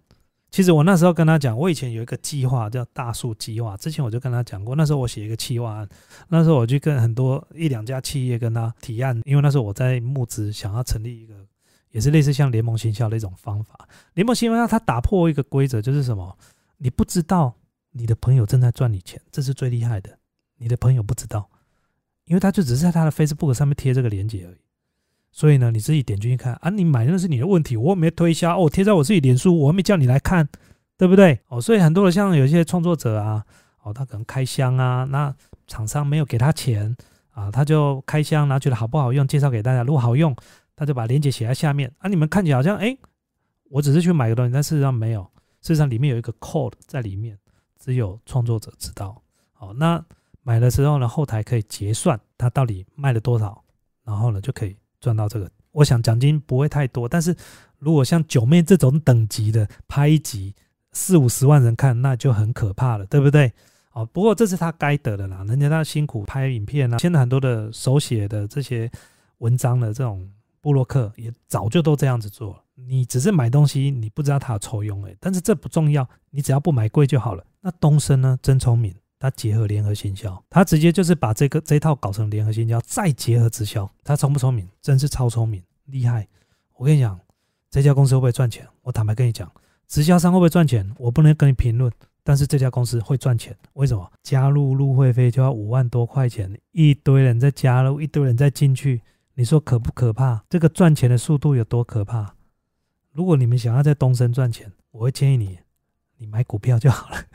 Speaker 1: 其实我那时候跟他讲，我以前有一个计划叫大树计划，之前我就跟他讲过，那时候我写一个企划案，那时候我就跟很多一两家企业跟他提案，因为那时候我在募资，想要成立一个也是类似像联盟行销的一种方法。联盟行销它打破一个规则，就是什么？你不知道你的朋友正在赚你钱，这是最厉害的。你的朋友不知道，因为他就只是在他的 Facebook 上面贴这个链接而已。所以呢，你自己点进去看啊，你买那是你的问题，我没推销贴在我自己脸书，我还没叫你来看，对不对？所以很多的像有一些创作者啊，他可能开箱啊，那厂商没有给他钱啊，他就开箱，然后觉得好不好用，介绍给大家，如果好用，他就把链接写在下面啊。你们看起来好像我只是去买个东西，但事实上没有，事实上里面有一个 code 在里面，只有创作者知道。那买的时候呢，后台可以结算他到底卖了多少，然后呢就可以赚到这个。我想奖金不会太多，但是如果像九妹这种等级的拍一集40-50万人看，那就很可怕了，对不对？不过这是他该得的啦，人家他辛苦拍影片啊，现在很多的手写的这些文章的这种部落客也早就都这样子做了。你只是买东西，你不知道它有抽佣但是这不重要，你只要不买贵就好了。那东升呢，真聪明，他结合联合行销，他直接就是把这一套搞成联合行销，再结合直销。他聪不聪明？真是超聪明，厉害！我跟你讲，这家公司会不会赚钱？我坦白跟你讲，直销商会不会赚钱？我不能跟你评论，但是这家公司会赚钱。为什么？加入会费就要5万多块钱，一堆人在加入，一堆人在进去，你说可不可怕？这个赚钱的速度有多可怕？如果你们想要在东升赚钱，我会建议你买股票就好了。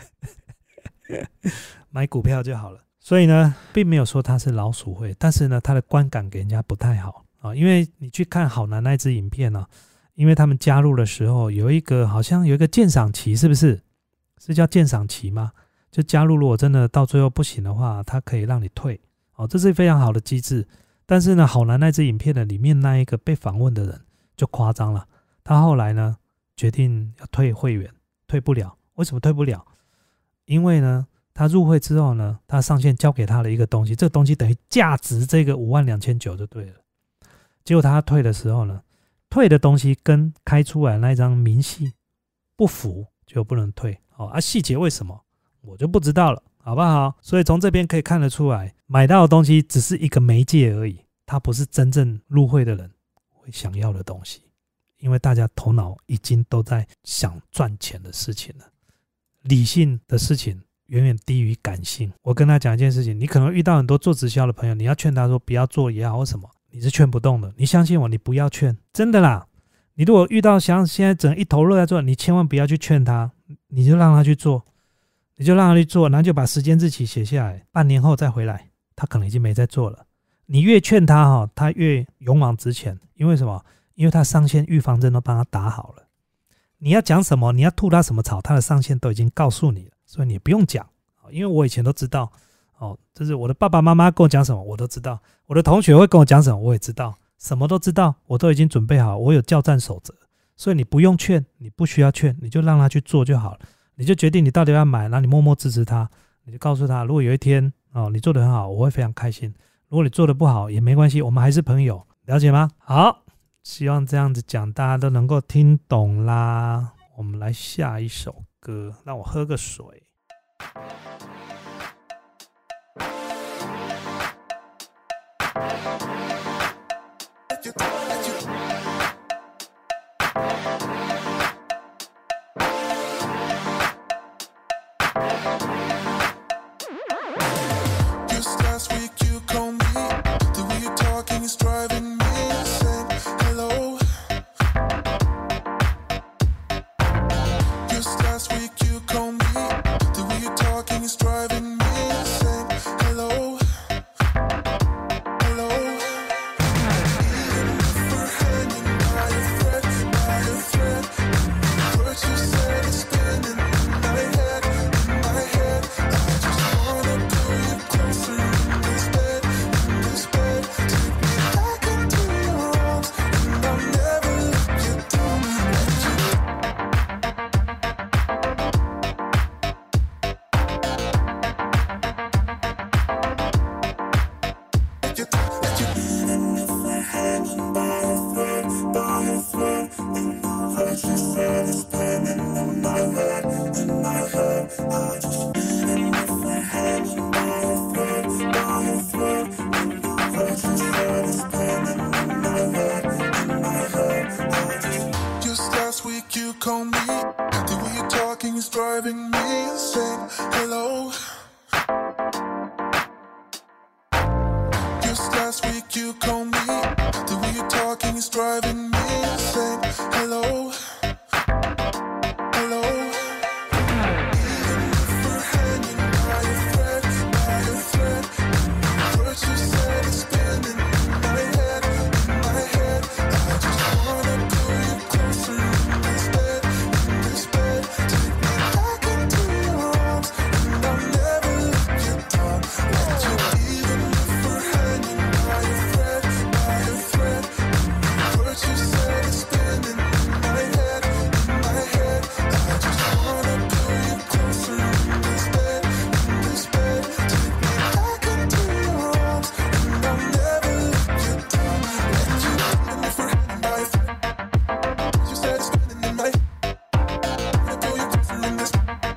Speaker 1: 买股票就好了。所以呢，并没有说它是老鼠会，但是呢，它的观感给人家不太好因为你去看好男那支影片因为他们加入的时候好像有一个鉴赏期，是不是？是叫鉴赏期吗？就加入，如果真的到最后不行的话，它可以让你退这是非常好的机制。但是呢，好男那支影片的里面那一个被访问的人就夸张了，他后来呢决定要退会员，退不了。为什么退不了？因为呢，他入会之后呢，他上线交给他的一个东西，这个东西等于价值这个52900就对了。结果他退的时候呢，退的东西跟开出来那一张明细不符，就不能退细节为什么我就不知道了，好不好？所以从这边可以看得出来，买到的东西只是一个媒介而已，它不是真正入会的人会想要的东西。因为大家头脑已经都在想赚钱的事情了，理性的事情远远低于感性。我跟他讲一件事情，你可能遇到很多做直销的朋友，你要劝他说不要做也好或什么，你是劝不动的。你相信我，你不要劝，真的啦。你如果遇到像现在整一头热在做，你千万不要去劝他，你就让他去做，然后就把时间日期写下来，半年后再回来，他可能已经没在做了。你越劝他他越勇往直前。因为什么？因为他上线预防针都帮他打好了，你要讲什么，你要吐他什么草，他的上线都已经告诉你了，所以你不用讲。因为我以前都知道就是我的爸爸妈妈跟我讲什么我都知道，我的同学会跟我讲什么我也知道，什么都知道，我都已经准备好，我有教战守则。所以你不用劝，你不需要劝，你就让他去做就好了。你就决定你到底要买，然后你默默支持他，你就告诉他，如果有一天你做得很好，我会非常开心，如果你做得不好也没关系，我们还是朋友，了解吗？好，希望这样子讲大家都能够听懂啦。我们来下一首歌，让我喝个水。
Speaker 3: last week you called me. The way you're talking is driving me insane. Hello. Just last week you called me. The way you're talking is driving me insane. Hello. Hello. Even if we're hanging by a thread, what you said is spinning in my head, I just wanna pull you closer in this bed, take me back into your arms, and I'll never let you down. Let you, even if we're hanging by a thread, what you said is spinning in my head, I just wanna pull you closer in this bed, take me back into your arms, and I'll never let you down. Let you, even if we're hanging by a thread, what you said is spinning in my head, wanna pull you closer in this,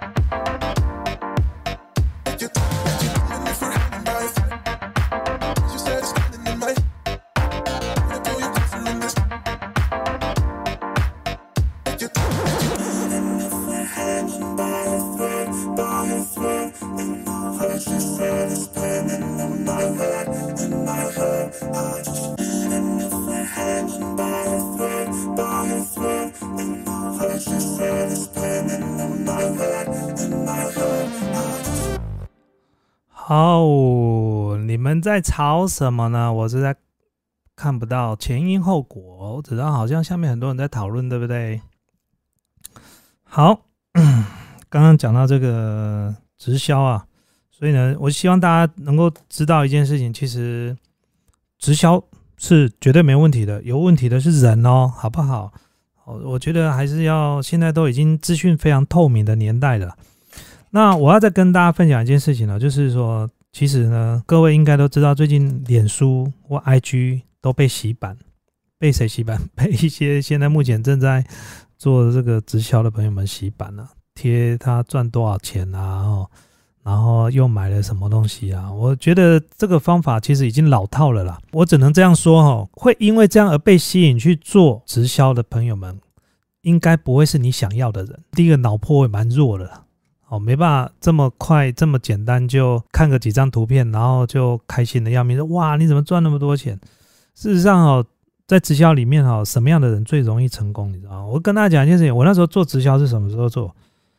Speaker 3: let you, even if we're hanging by a thread, what you said is spinning in my head, wanna pull you closer in this, let you, even if we're hanging by a thread, what you said is spinning in my head, I just, even if we're hanging by a thread, what you said is spinning in my head, I just。
Speaker 1: 好，你们在吵什么呢？我是在看不到前因后果，我只知道好像下面很多人在讨论，对不对？好，刚刚讲到这个直销啊，所以呢，我希望大家能够知道一件事情，其实直销是绝对没问题的，有问题的是人哦，好不好？我觉得还是要，现在都已经资讯非常透明的年代了。那我要再跟大家分享一件事情呢，就是说，其实呢，各位应该都知道，最近脸书或 IG 都被洗版，被谁洗版？被一些现在目前正在做这个直销的朋友们洗版了，贴他赚多少钱啊，然后又买了什么东西啊？我觉得这个方法其实已经老套了啦。我只能这样说会因为这样而被吸引去做直销的朋友们，应该不会是你想要的人。第一个脑波也蛮弱的啦。没办法这么快这么简单就看个几张图片，然后就开心的要命，说哇你怎么赚那么多钱？事实上在直销里面什么样的人最容易成功？你知道吗？我跟大家讲一件事情，我那时候做直销是什么时候做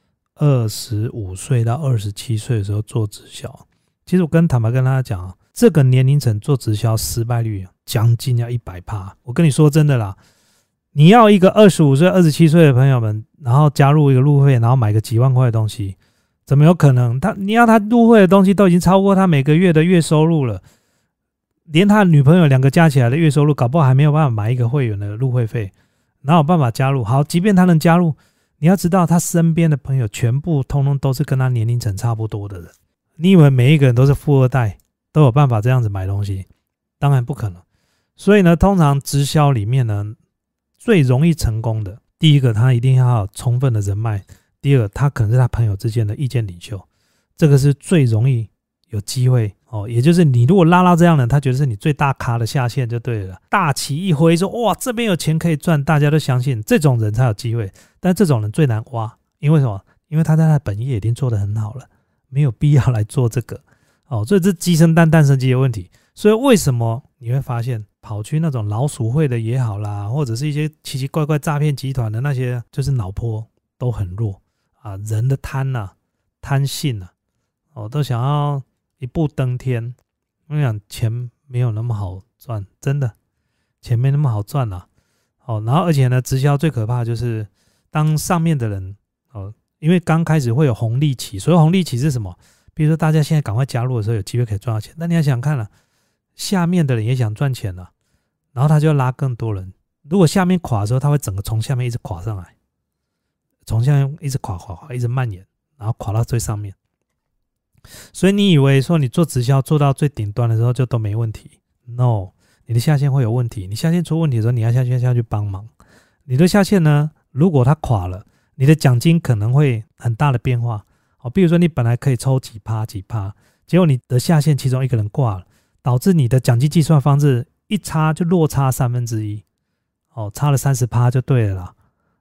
Speaker 1: ？25岁到27岁的时候做直销。其实我坦白跟大家讲，这个年龄层做直销失败率将近要 100%。 我跟你说真的啦，你要一个25岁27岁的朋友们，然后加入一个入会，然后买个几万块的东西，怎么有可能？你要他入会的东西都已经超过他每个月的月收入了，连他女朋友2个加起来的月收入搞不好还没有办法买一个会员的入会费，哪有办法加入？好，即便他能加入，你要知道他身边的朋友全部通通都是跟他年龄层差不多的人，你以为每一个人都是富二代都有办法这样子买东西？当然不可能。所以呢，通常直销里面呢，最容易成功的，第一个他一定要有充分的人脉，第二个他可能是他朋友之间的意见领袖，这个是最容易有机会也就是你如果拉到这样的人，他觉得是你最大咖的下线就对了，大旗一挥说哇这边有钱可以赚，大家都相信，这种人才有机会。但这种人最难挖，因为什么？因为他在他的本业已经做得很好了，没有必要来做这个所以这鸡生蛋蛋生鸡的问题。所以为什么你会发现跑去那种老鼠会的也好啦，或者是一些奇奇怪怪诈骗集团的那些，就是脑波都很弱人的贪性都想要一步登天。我跟你讲，钱没有那么好赚，真的钱没那么好赚然后而且呢，直销最可怕的就是当上面的人因为刚开始会有红利期，所以红利期是什么？比如说大家现在赶快加入的时候有机会可以赚到钱，但你要想想看下面的人也想赚钱然后他就要拉更多人。如果下面垮的时候，他会整个从下面一直垮上来，从下面一直垮一直蔓延，然后垮到最上面。所以你以为说你做直销做到最顶端的时候就都没问题 ？No， 你的下线会有问题。你下线出问题的时候，你要下去帮忙。你的下线呢，如果它垮了，你的奖金可能会很大的变化。比如说你本来可以抽几趴，结果你的下线其中一个人挂了，导致你的奖金计算方式一差就落差1/3，差了30%就对了啦。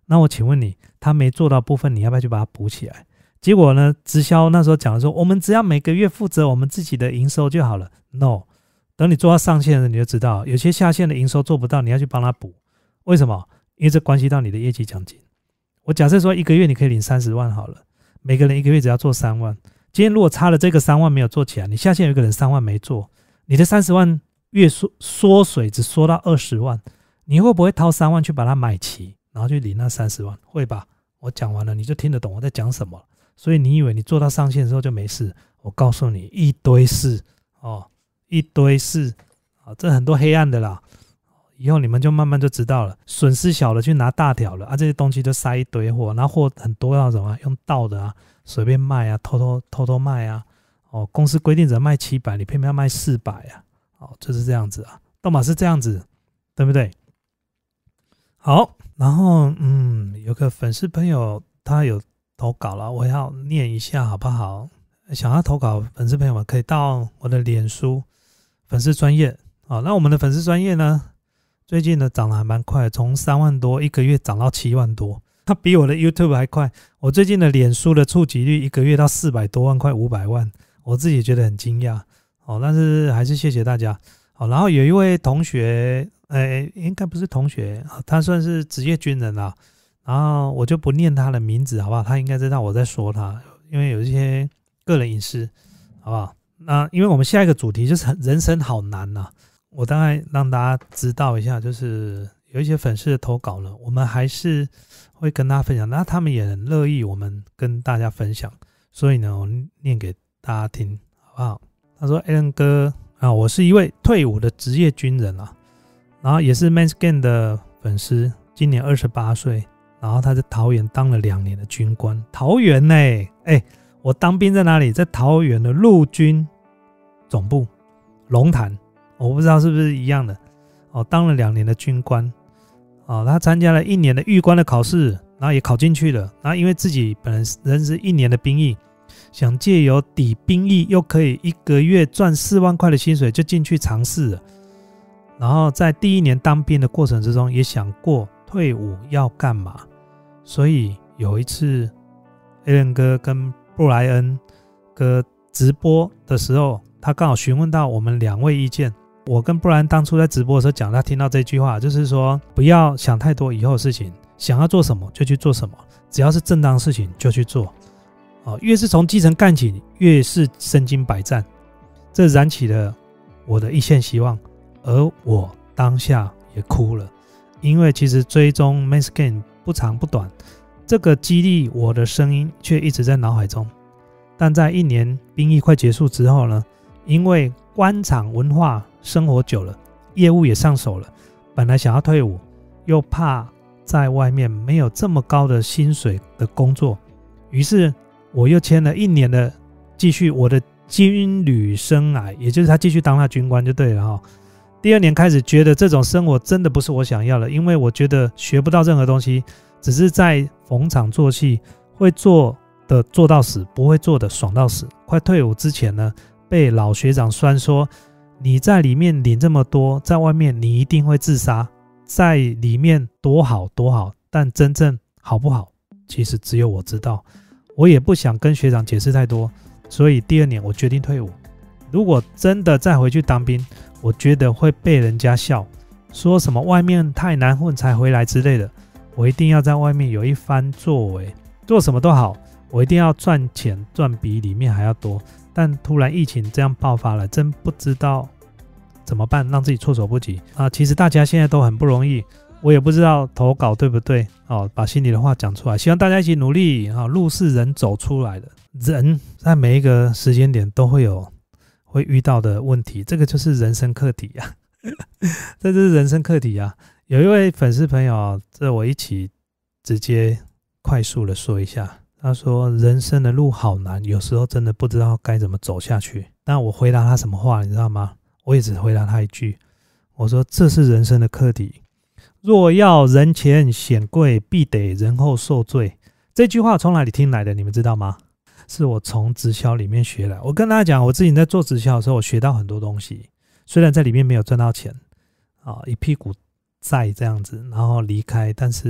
Speaker 1: 那我请问你，他没做到部分，你要不要去把它补起来？结果呢，直销那时候讲的说，我们只要每个月负责我们自己的营收就好了。No， 等你做到上线了，你就知道，有些下线的营收做不到，你要去帮他补。为什么？因为这关系到你的业绩奖金。我假设说一个月你可以领30万好了，每个人一个月只要做3万。今天如果差了这个3万没有做起来，你下线有一个人3万没做，你的30万月缩水只缩到20万，你会不会掏3万去把它买齐，然后去领那30万？会吧？我讲完了你就听得懂我在讲什么了。所以你以为你做到上线的时候就没事？我告诉你，一堆事哦，一堆事啊，这很多黑暗的啦。以后你们就慢慢就知道了，损失小了去拿大条了啊，这些东西就塞一堆货，然后货很多要什么用倒的啊，随便卖啊，偷偷卖啊，哦，公司规定只能卖700，你偏偏要卖400啊，哦，就是这样子啊，都嘛是这样子，对不对？好，然后有个粉丝朋友他有投稿了，我要念一下好不好？想要投稿粉丝朋友们可以到我的脸书粉丝专页。好，那我们的粉丝专页呢，最近呢涨得还蛮快，从3万多一个月涨到7万多，它比我的 YouTube 还快。我最近的脸书的触及率一个月到400多万，快500万，我自己觉得很惊讶。好，但是还是谢谢大家。好，然后有一位同学，应该不是同学，他算是职业军人啦。然后我就不念他的名字，好不好？他应该知道我在说他，因为有一些个人隐私，好不好？那因为我们下一个主题就是人生好难呐，我大概让大家知道一下，就是有一些粉丝的投稿呢，我们还是会跟大家分享，那他们也很乐意我们跟大家分享，所以呢，我念给大家听，好不好？他说 ：“Alan 哥啊，我是一位退伍的职业军人啊，然后也是 Manscan 的粉丝，今年28岁。”然后他在桃园当了2年的军官，桃园欸，我当兵在哪里？在桃园的陆军总部龙潭，我不知道是不是一样的哦。当了2年的军官哦，他参加了1年的预官的考试，然后也考进去了。然后因为自己本人是1年的兵役，想借由抵兵役又可以1个月赚4万块的薪水，就进去尝试了。然后在第1年当兵的过程之中，也想过退伍要干嘛。所以有一次 Alan 哥跟布莱恩哥直播的时候，他刚好询问到我们2位意见。我跟布莱恩当初在直播的时候讲，他听到这句话，就是说不要想太多以后的事情，想要做什么就去做什么，只要是正当的事情就去做。越是从基层干起，越是身经百战，这燃起了我的一线希望，而我当下也哭了，因为其实追踪 Manscan 不长不短，这个激励我的声音却一直在脑海中。但在1年兵役快结束之后呢，因为官场文化生活久了，业务也上手了，本来想要退伍，又怕在外面没有这么高的薪水的工作，于是我又签了1年的继续我的军旅生涯，也就是他继续当他军官就对了。第2年开始觉得这种生活真的不是我想要的，因为我觉得学不到任何东西，只是在逢场作戏，会做的做到死，不会做的爽到死。快退伍之前呢，被老学长酸说，你在里面领这么多，在外面你一定会自杀，在里面多好多好，但真正好不好，其实只有我知道。我也不想跟学长解释太多，所以第2年我决定退伍。如果真的再回去当兵，我觉得会被人家笑，说什么外面太难混才回来之类的。我一定要在外面有一番作为，做什么都好，我一定要赚钱，赚比里面还要多。但突然疫情这样爆发了，真不知道怎么办，让自己措手不及啊！其实大家现在都很不容易，我也不知道投稿对不对哦，把心里的话讲出来，希望大家一起努力啊！路是人走出来的，人在每一个时间点都会遇到的问题，这个就是人生课题啊，这就是人生课题啊！有一位粉丝朋友，这我一起直接快速的说一下，他说人生的路好难，有时候真的不知道该怎么走下去。但我回答他什么话你知道吗？我也只回答他一句，我说这是人生的课题，若要人前显贵，必得人后受罪。这句话从哪里听来的你们知道吗？是我从直销里面学来。我跟大家讲，我自己在做直销的时候，我学到很多东西，虽然在里面没有赚到钱一屁股债这样子，然后离开，但是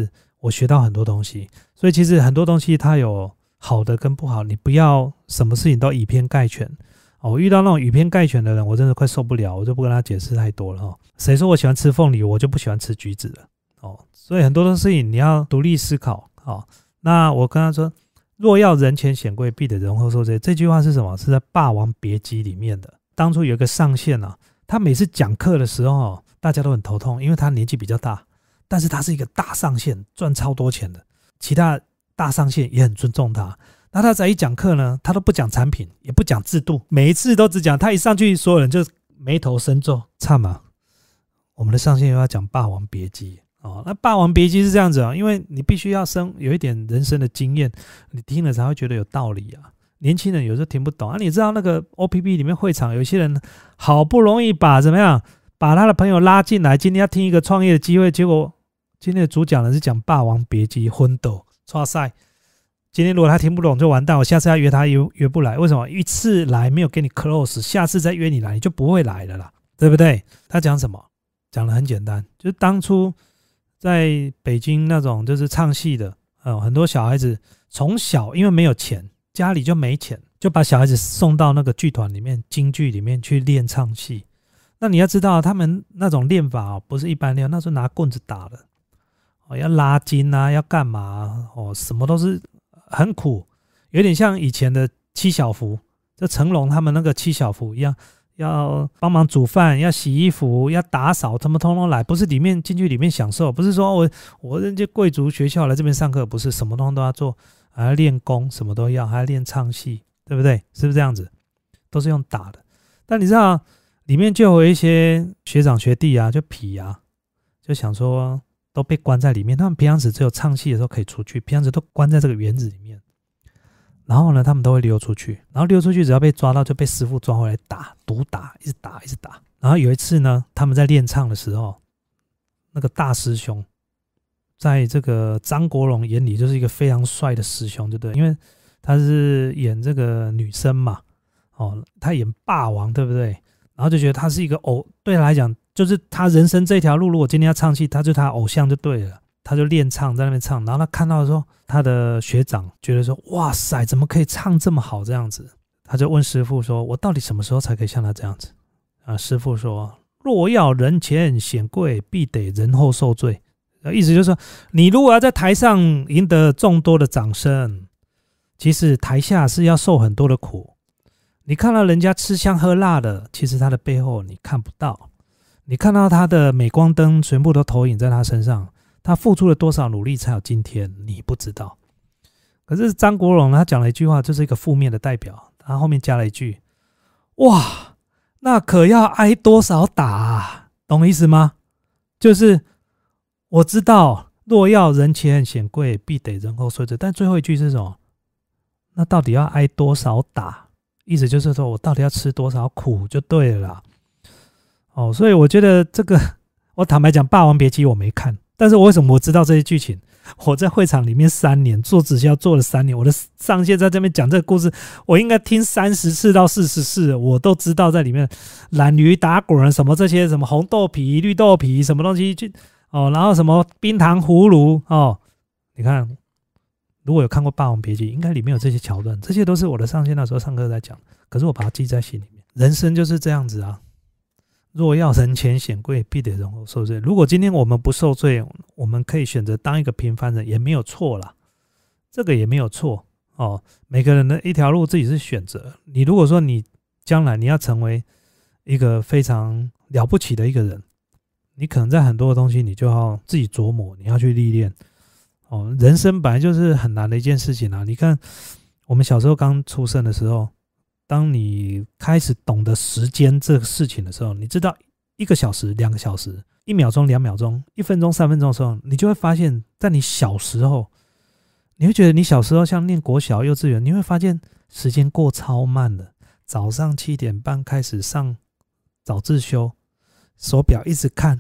Speaker 1: 我学到很多东西。所以其实很多东西它有好的跟不好，你不要什么事情都以偏概全。我遇到那种以偏概全的人，我真的快受不了，我就不跟他解释太多了。谁说我喜欢吃凤梨，我就不喜欢吃橘子了。所以很多的事情你要独立思考。那我跟他说，若要人前显贵，必得人后受罪。这句话是什么？是在《霸王别姬》里面的。当初有一个上线他每次讲课的时候大家都很头痛，因为他年纪比较大，但是他是一个大上线，赚超多钱的，其他大上线也很尊重他。那他在一讲课呢，他都不讲产品，也不讲制度，每一次都只讲，他一上去，所有人就眉头深皱，差嘛。我们的上线又要讲《霸王别姬》那《霸王别姬》是这样子因为你必须要有一点人生的经验，你听了才会觉得有道理年轻人有时候听不懂你知道那个 OPP 里面会场有一些人好不容易把他的朋友拉进来，今天要听一个创业的机会，结果今天的主讲人是讲《霸王别姬》昏斗唰赛。今天如果他听不懂就完蛋，我下次要约他约不来，为什么？一次来没有给你 close， 下次再约你来你就不会来了啦，对不对？他讲什么？讲得很简单，就是当初在北京那种就是唱戏的很多小孩子从小因为没有钱，家里就没钱，就把小孩子送到那个剧团里面京剧里面去练唱戏。那你要知道他们那种练法不是一般练，那是拿棍子打的要拉筋要干嘛什么都是很苦，有点像以前的七小福，就成龙他们那个七小福一样，要帮忙煮饭，要洗衣服，要打扫，他们通通来，不是里面进去里面享受，不是说我人家贵族学校来这边上课，不是什么东西都要做，还要练功，什么都要，还要练唱戏，对不对？是不是这样子？都是用打的。但你知道里面就有一些学长学弟就痞就想说都被关在里面，他们平常时只有唱戏的时候可以出去，平常时都关在这个园子里面。然后呢，他们都会溜出去，然后溜出去只要被抓到就被师傅抓回来打，毒打，一直打一直打。然后有一次呢，他们在练唱的时候，那个大师兄在这个张国荣眼里就是一个非常帅的师兄，对不对？因为他是演这个女生嘛，他演霸王，对不对？然后就觉得他是一个对他来讲，就是他人生这条路，如果今天要唱戏，他就是他偶像就对了。他就练唱，在那边唱，然后他看到说他的学长觉得说哇塞，怎么可以唱这么好这样子，他就问师父说，我到底什么时候才可以像他这样子师父说，若要人前显贵，必得人后受罪。意思就是说，你如果要在台上赢得众多的掌声，其实台下是要受很多的苦。你看到人家吃香喝辣的，其实他的背后你看不到，你看到他的镁光灯全部都投影在他身上，他付出了多少努力才有今天，你不知道。可是张国荣他讲了一句话，就是一个负面的代表，他后面加了一句，哇，那可要挨多少打懂我意思吗？就是我知道若要人前显贵，必得人后受罪，但最后一句是什么？那到底要挨多少打？意思就是说我到底要吃多少苦就对了啦。所以我觉得这个，我坦白讲，《霸王别姬》我没看，但是为什么我知道这些剧情？我在会场里面3年做直销做了3年，我的上线在这边讲这个故事，我应该听30次到40次，我都知道在里面懒驴打滚什么这些什么红豆皮、绿豆皮什么东西然后什么冰糖葫芦你看，如果有看过《霸王别姬》，应该里面有这些桥段，这些都是我的上线那时候上课在讲，可是我把它记在心里面。人生就是这样子啊。若要人前显贵，必得人后受罪。如果今天我们不受罪，我们可以选择当一个平凡人，也没有错啦，这个也没有错每个人的一条路自己是选择。你如果说你将来你要成为一个非常了不起的一个人，你可能在很多的东西你就要自己琢磨，你要去历练人生本来就是很难的一件事情啊。你看我们小时候刚出生的时候，当你开始懂得时间这个事情的时候，你知道1个小时、2个小时、1秒钟、2秒钟、1分钟、3分钟的时候，你就会发现在你小时候，你会觉得你小时候像念国小幼稚园，你会发现时间过超慢的。早上7点半开始上早自修，手表一直看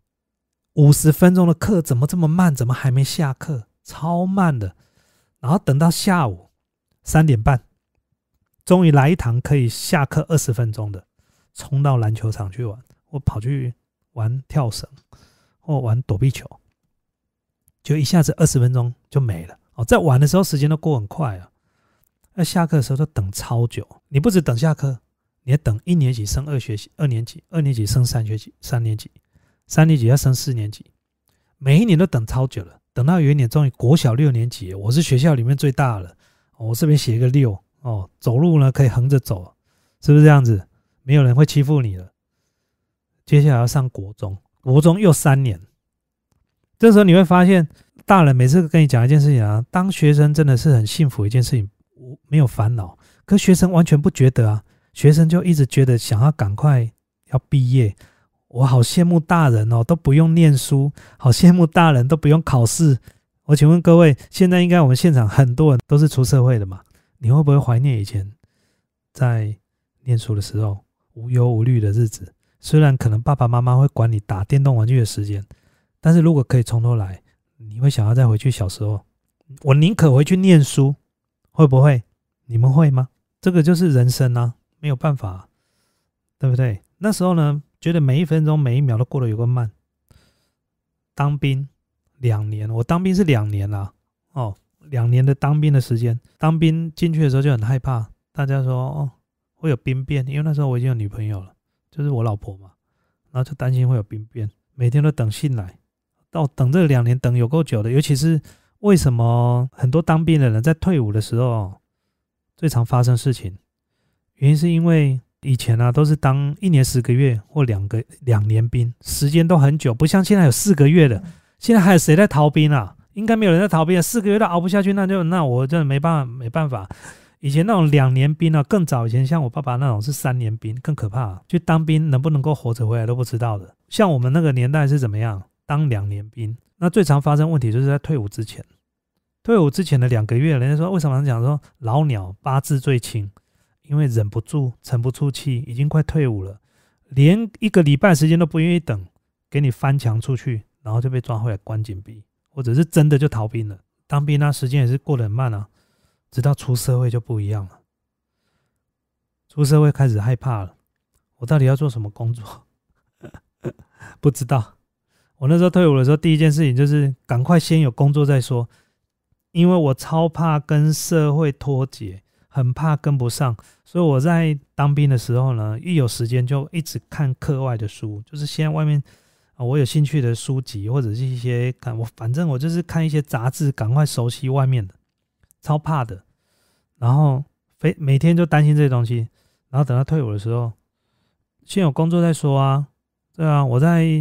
Speaker 1: 50分钟的课怎么这么慢，怎么还没下课，超慢的。然后等到下午3点半终于来一堂可以下课20分钟的，冲到篮球场去玩，或跑去玩跳绳，或玩躲避球， 就一下子20分钟就没了。在玩的时候时间都过很快啊，那下课的时候都等超久。你不只等下课，你还等1年级升2学期，2年级，2年级升3学期，3年级，3年级要升4年级，每一年都等超久了。等到有一年终于国小6年级，我是学校里面最大了，我这边写一个6走路呢可以横着走，是不是这样子？没有人会欺负你了。接下来要上国中，国中又3年。这时候你会发现，大人每次跟你讲一件事情啊，当学生真的是很幸福一件事情，没有烦恼。可学生完全不觉得啊，学生就一直觉得想要赶快要毕业。我好羡慕大人都不用念书，好羡慕大人都不用考试。我请问各位，现在应该我们现场很多人都是出社会的嘛？你会不会怀念以前在念书的时候无忧无虑的日子？虽然可能爸爸妈妈会管你打电动玩具的时间，但是如果可以从头来，你会想要再回去小时候？我宁可回去念书，会不会？你们会吗？这个就是人生啊，没有办法，对不对？那时候呢，觉得每一分钟每一秒都过得有个慢。当兵2年，我当兵是2年啦，2年的当兵的时间。当兵进去的时候就很害怕，大家说会有兵变，因为那时候我已经有女朋友了，就是我老婆嘛，然后就担心会有兵变，每天都等信来，到等这2年等有够久的。尤其是为什么很多当兵的人在退伍的时候最常发生事情，原因是因为以前都是当1年10个月或2年兵，时间都很久，不像现在有4个月的。现在还有谁在逃兵啊？应该没有人在逃兵，4个月都熬不下去，那我真的没办法。以前那种2年兵更早以前，像我爸爸那种是3年兵，更可怕。去当兵能不能够活着回来都不知道的。像我们那个年代是怎么样？当2年兵，那最常发生问题就是在退伍之前。退伍之前的2个月，人家说为什么讲说老鸟8字最轻？因为忍不住，沉不住气，已经快退伍了，连1个礼拜时间都不愿意等，给你翻墙出去，然后就被抓回来关禁闭，或者是真的就逃兵了。当兵时间也是过得很慢啊，直到出社会就不一样了。出社会开始害怕了，我到底要做什么工作？不知道。我那时候退伍的时候，第一件事情就是赶快先有工作再说，因为我超怕跟社会脱节，很怕跟不上，所以我在当兵的时候呢，一有时间就一直看课外的书，就是现在外面我有兴趣的书籍，或者是一些反正我就是看一些杂志，赶快熟悉外面的，超怕的。然后每天就担心这些东西，然后等到退伍的时候，先有工作再说啊。对啊，我在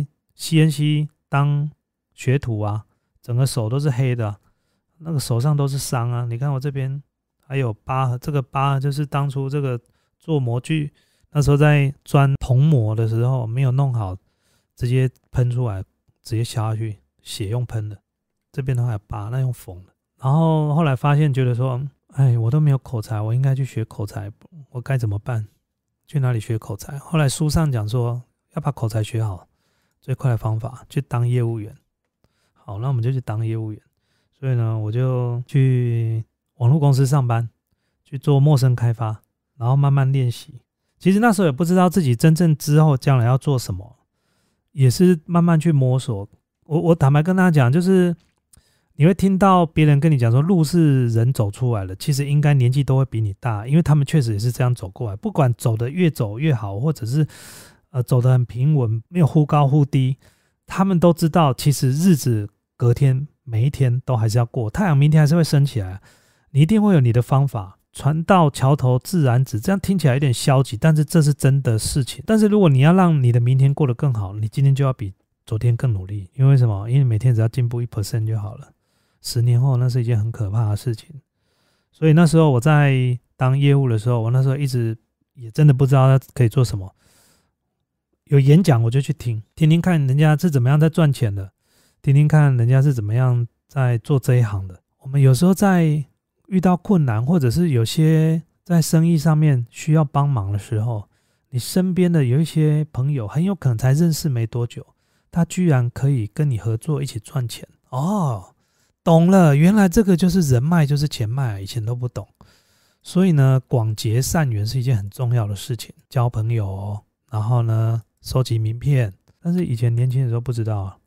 Speaker 1: CNC 当学徒啊，整个手都是黑的那个手上都是伤啊。你看我这边还有疤，这个疤就是当初这个做模具那时候在钻铜模的时候没有弄好，直接喷出来，直接消下去，血用喷的。这边的话有疤，那用缝的。然后后来发现觉得说，我都没有口才，我应该去学口才，我该怎么办？去哪里学口才？后来书上讲说，要把口才学好，最快的方法去当业务员。好，那我们就去当业务员。所以呢，我就去网络公司上班，去做陌生开发，然后慢慢练习。其实那时候也不知道自己真正之后将来要做什么，也是慢慢去摸索。我坦白跟大家讲，就是你会听到别人跟你讲说路是人走出来的，其实应该年纪都会比你大，因为他们确实也是这样走过来，不管走得越走越好，或者是走得很平稳，没有忽高忽低，他们都知道其实日子隔天每一天都还是要过，太阳明天还是会升起来，你一定会有你的方法，船到桥头自然直。这样听起来有点消极，但是这是真的事情。但是如果你要让你的明天过得更好，你今天就要比昨天更努力。因为什么？因为每天只要进步 1% 就好了，10年后那是一件很可怕的事情。所以那时候我在当业务的时候，我那时候一直也真的不知道可以做什么。有演讲我就去听听看人家是怎么样在赚钱的，听听看人家是怎么样在做这一行的。我们有时候在遇到困难，或者是有些在生意上面需要帮忙的时候，你身边的有一些朋友很有可能才认识没多久，他居然可以跟你合作一起赚钱。懂了，原来这个就是人脉，就是钱脉，以前都不懂。所以呢，广结善缘是一件很重要的事情，交朋友然后呢收集名片。但是以前年轻的时候不知道，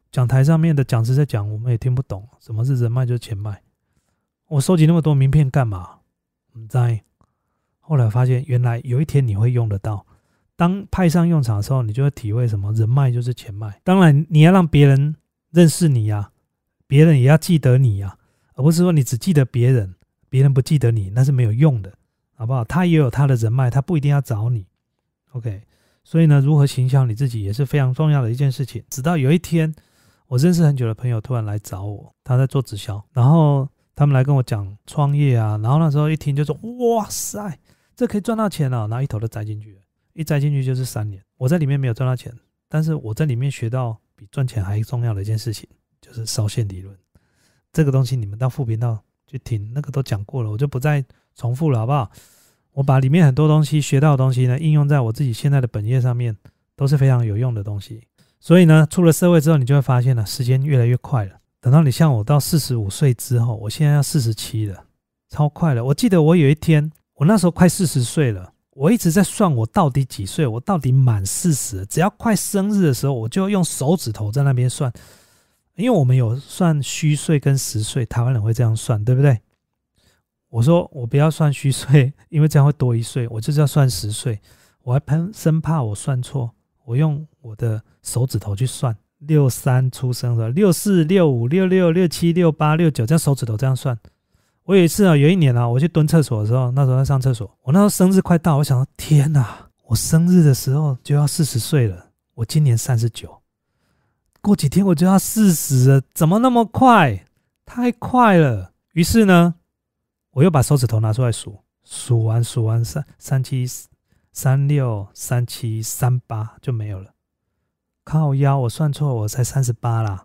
Speaker 1: 讲台上面的讲师在讲，我们也听不懂什么是人脉就是钱脉。我收集那么多名片干嘛？不知道。后来发现原来有一天你会用得到，当派上用场的时候，你就会体会什么人脉就是钱脉。当然你要让别人认识你呀，别人也要记得你呀，而不是说你只记得别人，别人不记得你，那是没有用的，好不好？他也有他的人脉，他不一定要找你。 OK， 所以呢，如何行销你自己也是非常重要的一件事情。直到有一天我认识很久的朋友突然来找我，他在做直销，然后他们来跟我讲创业啊，然后那时候一听就说哇塞，这可以赚到钱啊，然后一头就栽进去了，一栽进去就是3年。我在里面没有赚到钱，但是我在里面学到比赚钱还重要的一件事情，就是烧线理论。这个东西你们到副频道去听，那个都讲过了，我就不再重复了，好不好？我把里面很多东西学到的东西呢，应用在我自己现在的本业上面，都是非常有用的东西。所以呢，出了社会之后，你就会发现了，时间越来越快了。等到你像我到45岁之后，我现在要47了，超快了。我记得我有一天，我那时候快40岁了，我一直在算我到底几岁，我到底满40了。只要快生日的时候，我就用手指头在那边算，因为我们有算虚岁跟实岁，台湾人会这样算，对不对？我说我不要算虚岁，因为这样会多1岁，我就是要算实岁。我还生怕我算错，我用我的手指头去算，63出生的，64、65、66、67、68、69，这样手指头这样算。我有一次有一年我去蹲厕所的时候，那时候在上厕所，我那时候生日快到，我想说天哪，我生日的时候就要40岁了，我今年39，过几天我就要40了，怎么那么快？太快了！于是呢，我又把手指头拿出来数，数完37、36、37、38就没有了。靠腰，我算错，我才38啦。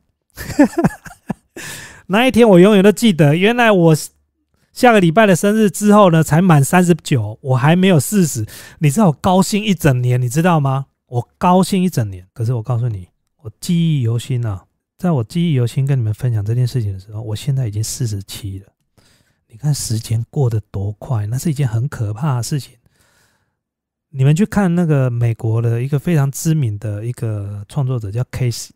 Speaker 1: 那一天我永远都记得，原来我下个礼拜的生日之后呢，才满39，我还没有40。你知道我高兴一整年，你知道吗？我高兴一整年。可是我告诉你，我记忆犹新啊！在我记忆犹新跟你们分享这件事情的时候，我现在已经47了。你看时间过得多快，那是一件很可怕的事情。你们去看那个美国的一个非常知名的一个创作者叫 Casey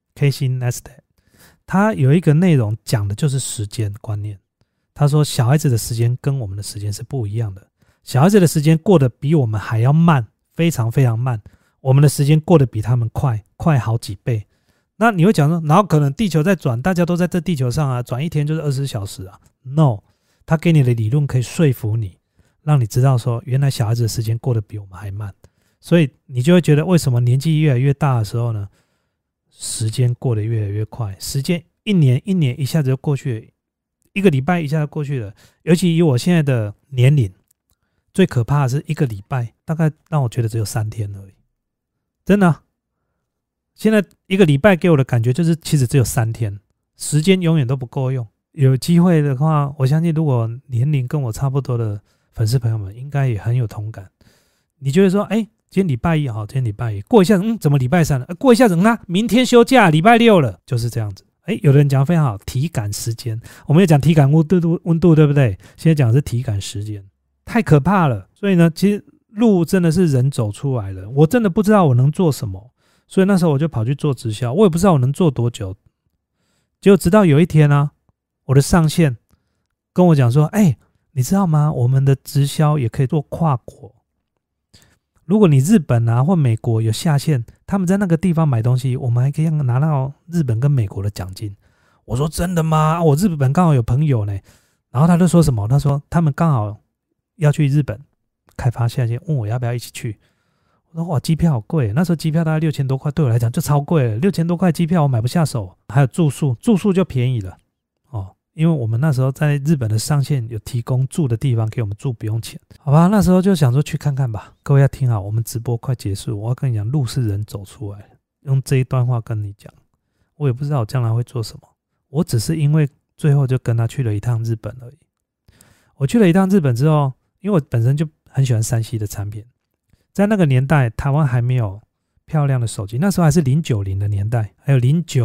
Speaker 1: Neistat， 他有一个内容讲的就是时间观念。他说小孩子的时间跟我们的时间是不一样的，小孩子的时间过得比我们还要慢，非常非常慢，我们的时间过得比他们快好几倍。那你会讲说，然后可能地球在转，大家都在这地球上啊，转一天就是24小时啊。 No， 他给你的理论可以说服你，让你知道说原来小孩子的时间过得比我们还慢，所以你就会觉得为什么年纪越来越大的时候呢，时间过得越来越快，时间一年一下子就过去了，一个礼拜一下就过去了。尤其以我现在的年龄，最可怕的是一个礼拜大概让我觉得只有3天而已，真的现在一个礼拜给我的感觉就是其实只有3天，时间永远都不够用。有机会的话，我相信如果年龄跟我差不多的粉丝朋友们应该也很有同感。你觉得说今天礼拜一好，今天礼拜一过一下子怎么礼拜三了，过一下子明天休假礼拜6了，就是这样子。有的人讲非常好，体感时间，我们也讲体感温度对不对？现在讲的是体感时间，太可怕了。所以呢，其实路真的是人走出来了，我真的不知道我能做什么，所以那时候我就跑去做直销，我也不知道我能做多久。结果直到有一天我的上线跟我讲说，你知道吗？我们的直销也可以做跨国。如果你日本或美国有下线，他们在那个地方买东西，我们还可以拿到日本跟美国的奖金。我说真的吗？我日本刚好有朋友呢。然后他就说什么？他说他们刚好要去日本开发下线，问我要不要一起去。我说哇，机票好贵，那时候机票大概6000多块，对我来讲就超贵了，6000多块机票我买不下手。还有住宿就便宜了因为我们那时候在日本的上线有提供住的地方给我们住，不用钱，好吧？那时候就想说去看看吧。各位要听好，我们直播快结束，我要跟你讲，路是人走出来的。用这一段话跟你讲，我也不知道我将来会做什么，我只是因为最后就跟他去了一趟日本而已。我去了一趟日本之后，因为我本身就很喜欢3C 的产品，在那个年代台湾还没有漂亮的手机，那时候还是090的年代，还有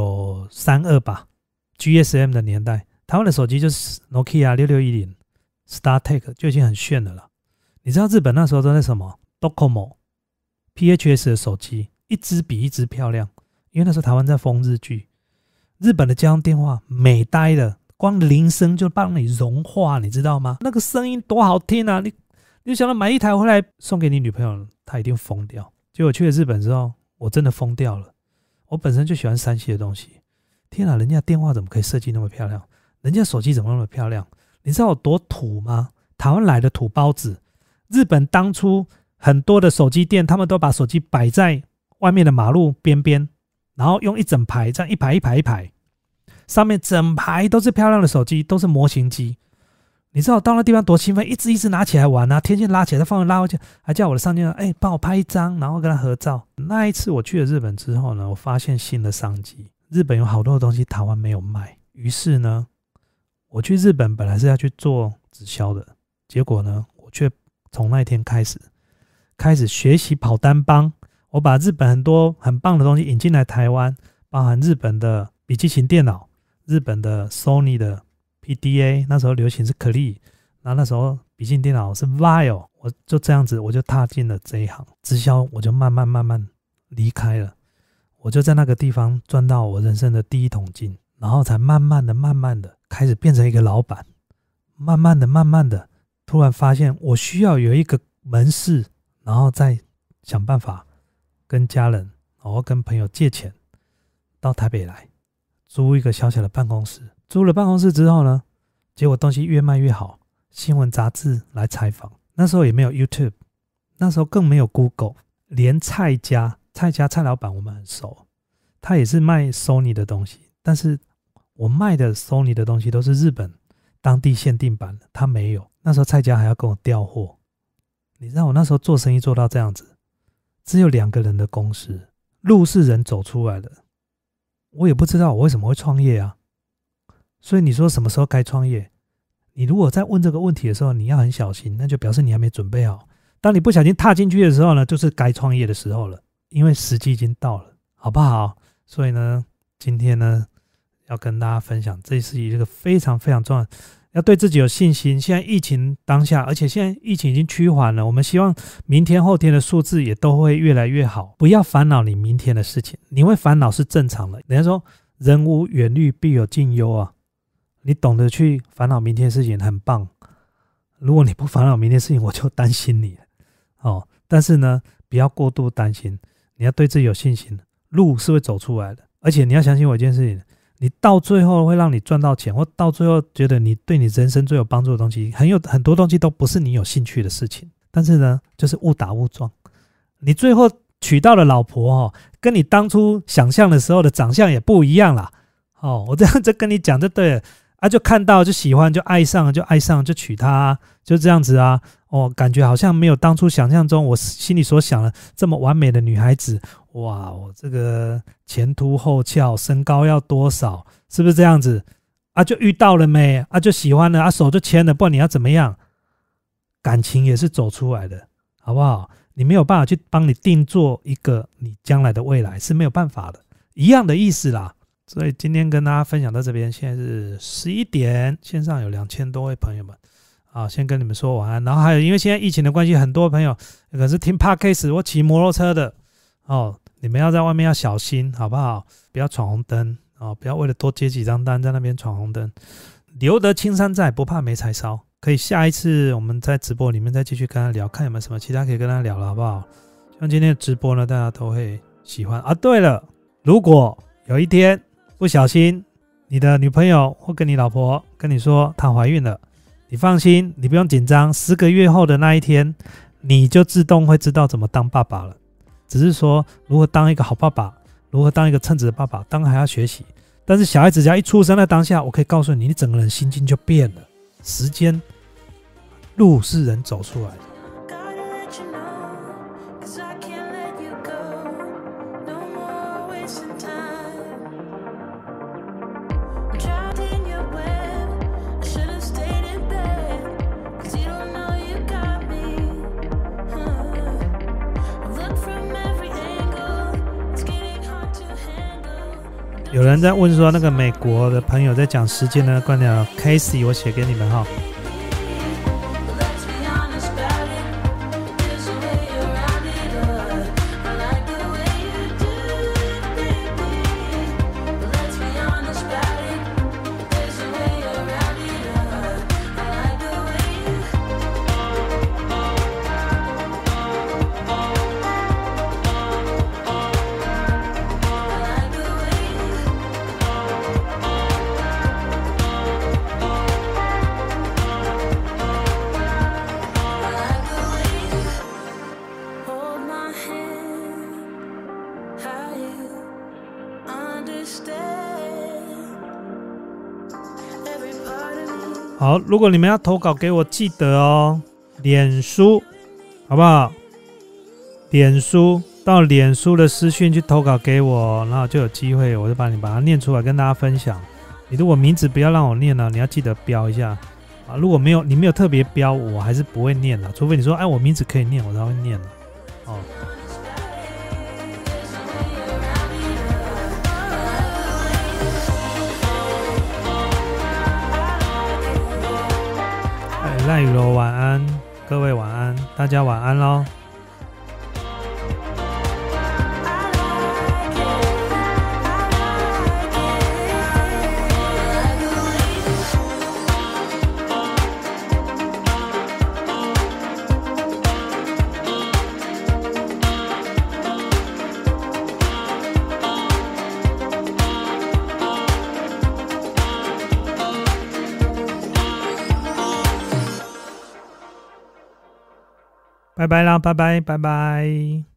Speaker 1: 0932吧 GSM 的年代，台湾的手机就是 Nokia 6610 StarTech 就已经很炫了啦。你知道日本那时候都在什么 Docomo PHS 的手机，一支比一支漂亮，因为那时候台湾在封日剧， 日本的家用电话美呆了，光铃声就帮你融化，你知道吗？那个声音多好听啊！你就想到买一台回来送给你女朋友，她一定疯掉。结果去了日本之后，我真的疯掉了。我本身就喜欢3C 的东西，天啊，人家电话怎么可以设计那么漂亮？人家手机怎么那么漂亮？你知道有多土吗？台湾来的土包子。日本当初很多的手机店，他们都把手机摆在外面的马路边边，然后用一整排，这样一排一排一排，上面整排都是漂亮的手机，都是模型机。你知道我到那地方多兴奋，一直拿起来玩啊，天线拉起来再放拉回去，还叫我的上线帮我拍一张，然后跟他合照。那一次我去了日本之后呢，我发现新的商机，日本有好多的东西台湾没有卖。于是呢，我去日本本来是要去做直销的，结果呢，我却从那一天开始学习跑单帮。我把日本很多很棒的东西引进来台湾，包含日本的笔记型电脑，日本的 Sony 的 PDA， 那时候流行是可立，然后那时候笔记型电脑是 Vaio， 我就这样子我就踏进了这一行直销，我就慢慢离开了。我就在那个地方赚到我人生的第一桶金，然后才慢慢的开始变成一个老板。慢慢的突然发现我需要有一个门市，然后再想办法跟家人然后跟朋友借钱到台北来租一个小小的办公室。租了办公室之后呢，结果东西越卖越好，新闻杂志来采访。那时候也没有 YouTube， 那时候更没有 Google， 连蔡老板我们很熟，他也是卖 Sony 的东西，但是我卖的 Sony 的东西都是日本当地限定版的，他没有。那时候蔡家还要跟我调货。你知道我那时候做生意做到这样子，只有2个人的公司，路是人走出来的。我也不知道我为什么会创业啊。所以你说什么时候该创业？你如果在问这个问题的时候，你要很小心，那就表示你还没准备好。当你不小心踏进去的时候呢，就是该创业的时候了，因为时机已经到了，好不好？所以呢，今天呢，要跟大家分享，这是一个非常非常重要，要对自己有信心。现在疫情当下，而且现在疫情已经趋缓了，我们希望明天后天的数字也都会越来越好。不要烦恼你明天的事情，你会烦恼是正常的。人家说人无远虑必有近忧啊，你懂得去烦恼明天的事情很棒。如果你不烦恼明天的事情，我就担心你了。但是呢，不要过度担心，你要对自己有信心，路是会走出来的。而且你要相信我一件事情，你到最后会让你赚到钱，或到最后觉得你对你人生最有帮助的东西，很多东西都不是你有兴趣的事情。但是呢，就是误打误撞，你最后娶到的老婆跟你当初想象的时候的长相也不一样啦。我这样子跟你讲就对了啊，就看到就喜欢就爱上就娶她就这样子啊。感觉好像没有当初想象中我心里所想的这么完美的女孩子。哇，我这个前凸后翘，身高要多少，是不是这样子啊？就遇到了没啊？就喜欢了啊，手就牵了，不然你要怎么样？感情也是走出来的，好不好？你没有办法去帮你定做一个你将来的未来，是没有办法的，一样的意思啦。所以今天跟大家分享到这边，现在是11点，线上有2000多位朋友们先跟你们说晚安。然后还有因为现在疫情的关系，很多朋友可能是听 Podcast 或骑摩托车的你们要在外面要小心，好不好？不要闯红灯不要为了多接几张单在那边闯红灯。留得青山在，不怕没柴烧。可以下一次我们在直播里面再继续跟他聊，看有没有什么其他可以跟他聊了，好不好？希望今天的直播呢，大家都会喜欢啊。对了，如果有一天不小心你的女朋友或跟你老婆跟你说她怀孕了，你放心，你不用紧张，10个月后的那一天你就自动会知道怎么当爸爸了。只是说如何当一个好爸爸，如何当一个称职的爸爸，当然还要学习。但是小孩子只要一出生的当下，我可以告诉你，你整个人心境就变了。时间路是人走出来的。有人在问说，那个美国的朋友在讲时间的观点 ，Casey， 我写给你们哈。 好，如果你们要投稿给我，记得哦，脸书好不好？脸书到脸书的私讯去投稿给我，然后就有机会，我就把它念出来跟大家分享。你如果名字不要让我念了，你要记得标一下啊。如果你没有特别标，我还是不会念的，除非你说哎我名字可以念，我才会念的哦。赖雨柔晚安，各位晚安，大家晚安咯。拜拜啦，拜拜拜拜。